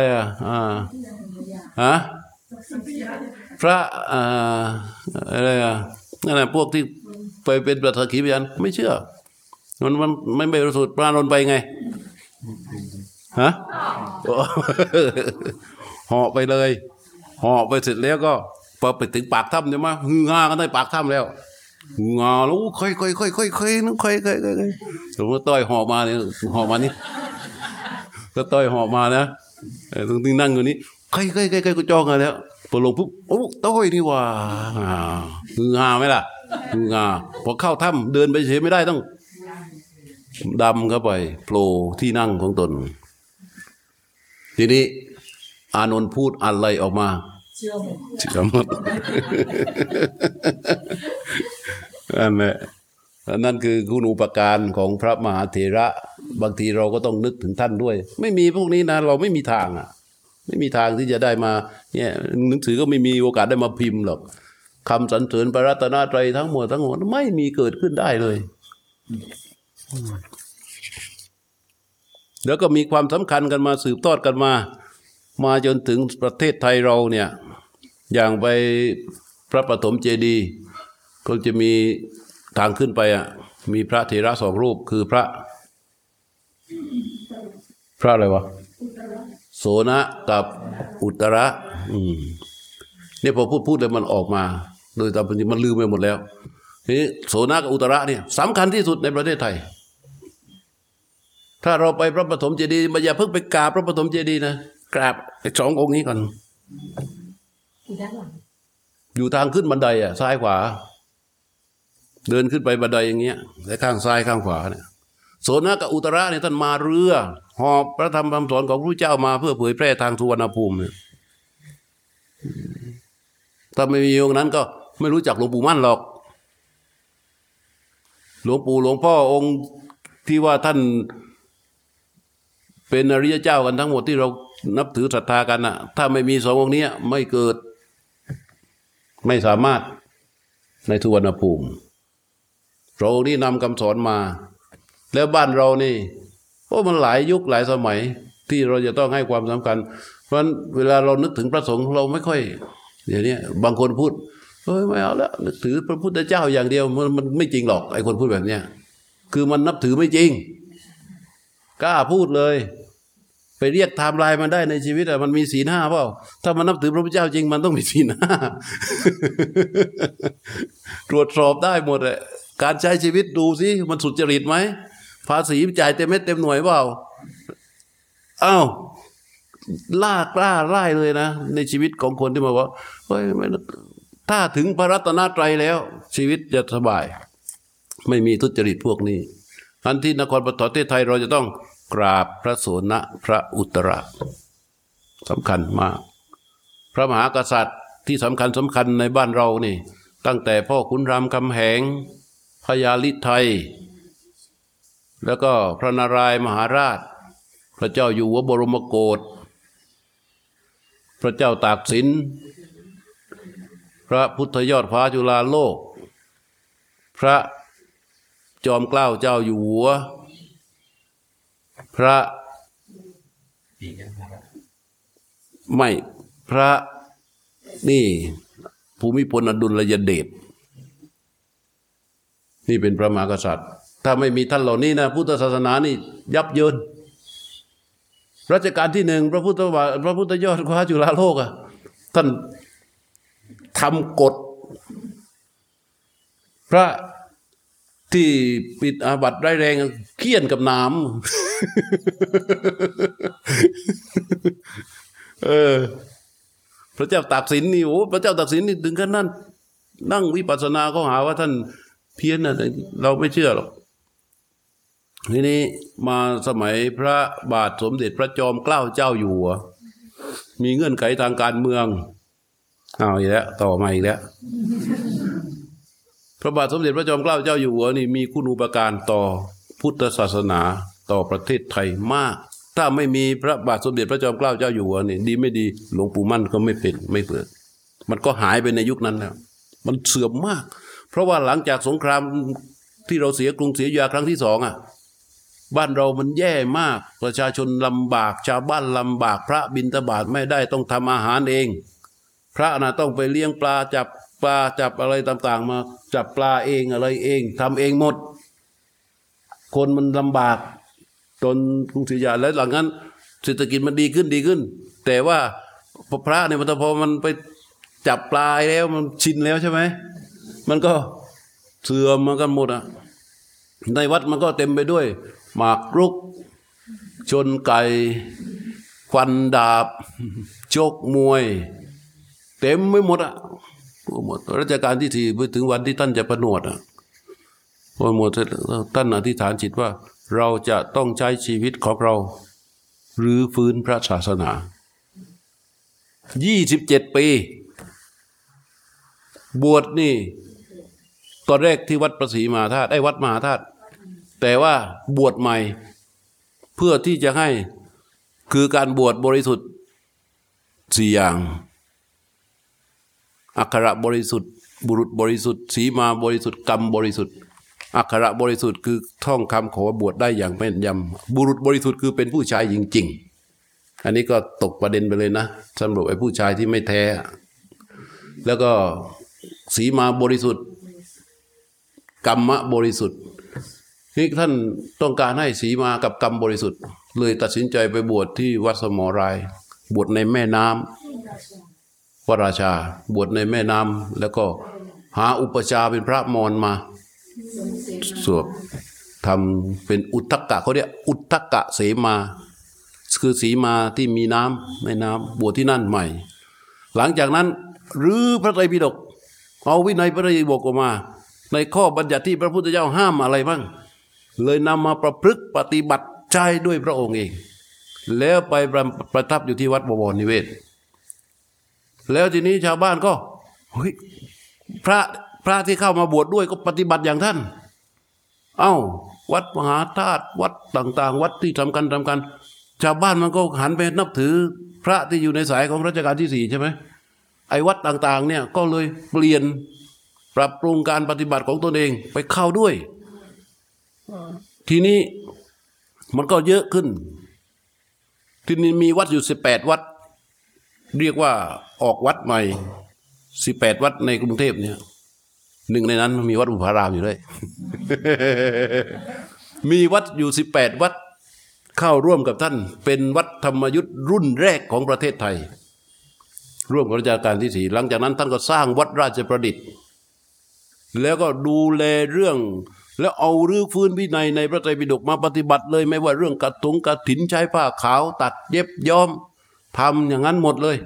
พระอะไรนั่นแหละพวกที่ไปเป็นประธานขีพยานไม่เชื่อมันไม่บริสุทธิ์พระนนท์ไปไงห่อไปเลยห่อไปเสร็จแล้วก็พอไปถึงปากถ้ำใช่ไหมฮือฮากันได้ปากถ้ำแล้วงาแล้วค่อยน้องค่อยสมมติต้อยห่อมาเนี่ยห่อมานี่ก็ต้อยห่อมานะตรงที่นั่งอยู่นี้ค่อยก็จ้องกันแล้วพอลงปุ๊บโอ้ต้อยนี่ว่าฮือฮาไหมล่ะฮือฮาพอเข้าถ้ำเดินไปเฉยไม่ได้ต้องดำเข้าไปโผล่ที่นั่งของตนทีนี้อานนท์พูดอะไรออกมาเชื่อหมดนั่นคือคุณอุปการของพระมหาเถระบางทีเราก็ต้องนึกถึงท่านด้วยไม่มีพวกนี้นะเราไม่มีทางไม่มีทางที่จะได้มาเนี่ยหนังสือก็ไม่มีโอกาสได้มาพิมพ์หรอกคำสรรเสริญพระรัตนตรัยทั้งหมดไม่มีเกิดขึ้นได้เลยแล้วก็มีความสำคัญกันมาสืบทอดกันมาจนถึงประเทศไทยเราเนี่ยอย่างไปพระปฐมเจดีย์ก็จะมีทางขึ้นไปมีพระเถระ2 รูปคือพระอะไรวะโสนะกับอุตระเนี่ยพอพูดเลยมันออกมาโดยตามจริงมันลืมไปหมดแล้วนี่โสนะกับอุตระเนี่ยสำคัญที่สุดในประเทศไทยถ้าเราไปพระปฐมเจดีย์อย่าเพิ่งไปกราบพระปฐมเจดีย์นะกราบไอ้2 องค์นี้ก่อนอยู่ทางขึ้นบันไดซ้ายขวาเดินขึ้นไปบันไดอย่างเงี้ยแต่ข้างซ้ายข้างขวาเนี่ยโสนะกับอุตระเนี่ยท่านมาเรือหอบพระธรรมคำสอนของพระพุทธเจ้ามาเพื่อเผยแพร่ทางสุวรรณภูมิเนี่ยถ้าไม่มีองค์นั้นก็ไม่รู้จักหลวงปู่มั่นหรอกหลวงพ่อองค์ที่ว่าท่านเป็นอริยเจ้ากันทั้งหมดที่เรานับถือศรัทธากันถ้าไม่มี2 องค์นี้ไม่เกิดไม่สามารถในสุวรรณภูมิเรานี่นำคำสอนมาแล้วบ้านเรานี่มันหลายยุคหลายสมัยที่เราจะต้องให้ความสำคัญเพราะฉะนั้นเวลาเรานึกถึงพระสงฆ์เราไม่ค่อยเดี๋ยวนี้บางคนพูดไม่เอาแล้วนึกถือพระพุทธเจ้าอย่างเดียวมันไม่จริงหรอกไอ้คนพูดแบบเนี้ยคือมันนับถือไม่จริงกล้าพูดเลยไปเรียกไทม์ไลน์มันได้ในชีวิตมันมีศีล 5เปล่าถ้ามันนับถือพระพุทธเจ้าจริงมันต้องมีศีล 5 ตรวจสอบได้หมดเลยการใช้ชีวิตดูสิมันสุจริตไหมภาษีจ่ายเต็มเม็ดเต็มหน่วยเปล่ากล้าไล่เลยนะในชีวิตของคนที่มาว่าถ้าถึงพระรัตนตรัยแล้วชีวิตจะสบายไม่มีทุจริตพวกนี้อันที่นครปฐมประเทศไทยเราจะต้องกราบพระโสนะพระอุตระสำคัญมากพระมหากษัตริย์ที่สำคัญในบ้านเรานี่ตั้งแต่พ่อขุนรามคำแหงพญาลิไทยแล้วก็พระนารายณ์มหาราชพระเจ้าอยู่หัวบรมโกศพระเจ้าตากสินพระพุทธยอดฟ้าจุฬาโลกพระจอมเกล้าเจ้าอยู่หัวพระไม่พระนี่ภูมิพลอดุลยเดชนี่เป็นพระมหากษัตริย์ถ้าไม่มีท่านเหล่านี้นะพุทธศาสนานี่ยับเยินรัชกาลที่หนึ่งพระพุทธยอดฟ้าจุฬาโลกท่านทำกฎพระที่ปิดอาบัติร้ายแรงเคี่ยนกับน้ำ พระเจ้าตากสินนี่โอ้พระเจ้าตากสินนี่ถึงขั้นนั้นนั่งวิปัสสนาเขาหาว่าท่านเพี้ยนนะเราไม่เชื่อหรอกทีนี้มาสมัยพระบาทสมเด็จพระจอมเกล้าเจ้าอยู่หัวมีเงื่อนไขทางการเมืองเอาอีกแล้วต่อมาอีกแล้วพระบาทสมเด็จพระจอมเกล้าเจ้าอยู่หัวนี่มีคุณูปการต่อพุทธศาสนาต่อประเทศไทยมากถ้าไม่มีพระบาทสมเด็จพระจอมเกล้าเจ้าอยู่หัวนี่ดีไม่ดีหลวงปู่มั่นก็ไม่เป็นไม่เกิดมันก็หายไปในยุคนั้นแล้วมันเสื่อมมากเพราะว่าหลังจากสงครามที่เราเสียกรุงศรีอยุธยาครั้งที่สองบ้านเรามันแย่มากประชาชนลำบากชาวบ้านลำบากพระบิณฑบาตไม่ได้ต้องทำอาหารเองพระน่ะต้องไปเลี้ยงปลาจับปลาจับอะไรต่างๆมาจับปลาเองอะไรเองทำเองหมดคนมันลำบากจนกรุงศรีอยุธยาแล้วหลังนั้นเศรษฐกิจมันดีขึ้นแต่ว่าพระเนี่ยพอมันไปจับปลาแล้วมันชินแล้วใช่ไหมมันก็เสื่อมมากันหมดในวัดมันก็เต็มไปด้วยหมากรุกชนไก่ควันดาบชกมวยเต็มไม่หมดหมดรัชกาลที่สี่ไปถึงวันที่ท่านจะประนวดพอหมดท่านอธิษฐานจิตว่าเราจะต้องใช้ชีวิตของเรารื้อฟื้นพระศาสนา27 ปีบวชนี่ตอนแรกที่วัดประศรีมหาธาตุวัดมหาธาตุแต่ว่าบวชใหม่เพื่อที่จะให้คือการบวชบริสุทธิ์4อย่างอักขระบริสุทธิ์บุรุษบริสุทธิ์สีมาบริสุทธิ์กรรมบริสุทธิ์อักขระบริสุทธิ์คือท่องคำขอบวชได้อย่างแม่นยำบุรุษบริสุทธิ์คือเป็นผู้ชายจริงๆอันนี้ก็ตกประเด็นไปเลยนะสำหรับไอ้ผู้ชายที่ไม่แท้แล้วก็สีมาบริสุทธิ์กรรมะบริสุทธิ์นี่ท่านต้องการให้สีมากับกรรมบริสุทธิ์เลยตัดสินใจไปบวชที่วัดสมรายบวชในแม่น้ำวราชาบวชในแม่น้ำแล้วก็หาอุปชาเป็นพระมอญมาสวดทำเป็นอุทธักกะเขาเรียกอุทธักกะเสมาคือสีมาที่มีน้ำแม่น้ำบวชที่นั่นใหม่หลังจากนั้นรื้อพระไตรปิฎกเอาวินัยพระไตรปิฎกออกมาในข้อบัญญัติที่พระพุทธเจ้าห้ามอะไรบ้างเลยนำมาประพฤติปฏิบัติใช้ด้วยพระองค์เองแล้วไปประทับอยู่ที่วัดบวรนิเวศแล้วทีนี้ชาวบ้านก็เฮ้ยพระที่เข้ามาบวชด้วยก็ปฏิบัติอย่างท่านวัดมหาธาตุวัดต่างๆวัดที่ทำกันชาวบ้านมันก็หันไปนับถือพระที่อยู่ในสายของรัชกาลที่4ใช่ไหมไอ้วัดต่างๆเนี่ยก็เลยเปลี่ยนปรับปรุงการปฏิบัติของตนเองไปเข้าด้วยทีนี้มันก็เยอะขึ้นทีนี้มีวัดอยู่18 วัดเรียกว่าออกวัดใหม่18 วัดในกรุงเทพเนี่ยหนึ่งในนั้นมีวัดอุปารามอยู่ด้วย มีวัดอยู่18 วัดเข้าร่วมกับท่านเป็นวัดธรรมยุทธรุ่นแรกของประเทศไทยร่วมกับรัชกาลที่4หลังจากนั้นท่านก็สร้างวัดราชประดิษฐ์แล้วก็ดูแลเรื่องแล้วเอารื้อฟื้นวินัยในพระไตรปิฎกมาปฏิบัติเลยไม่ว่าเรื่องกฐินใช้ผ้าขาวตัดเย็บย้อมทำอย่างนั้นหมดเลย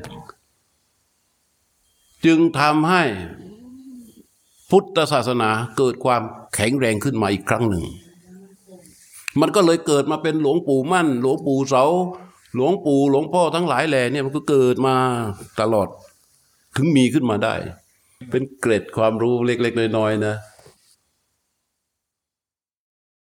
จึงทำให้พุทธศาสนาเกิดความแข็งแรงขึ้นมาอีกครั้งหนึ่งมันก็เลยเกิดมาเป็นหลวงปู่มั่นหลวงปู่เสาหลวงปู่หลวงพ่อทั้งหลายแหล่เนี่ยมันก็เกิดมาตลอดถึงมีขึ้นมาได้ เป็นเกร็ดความรู้เล็กๆน้อยๆนะ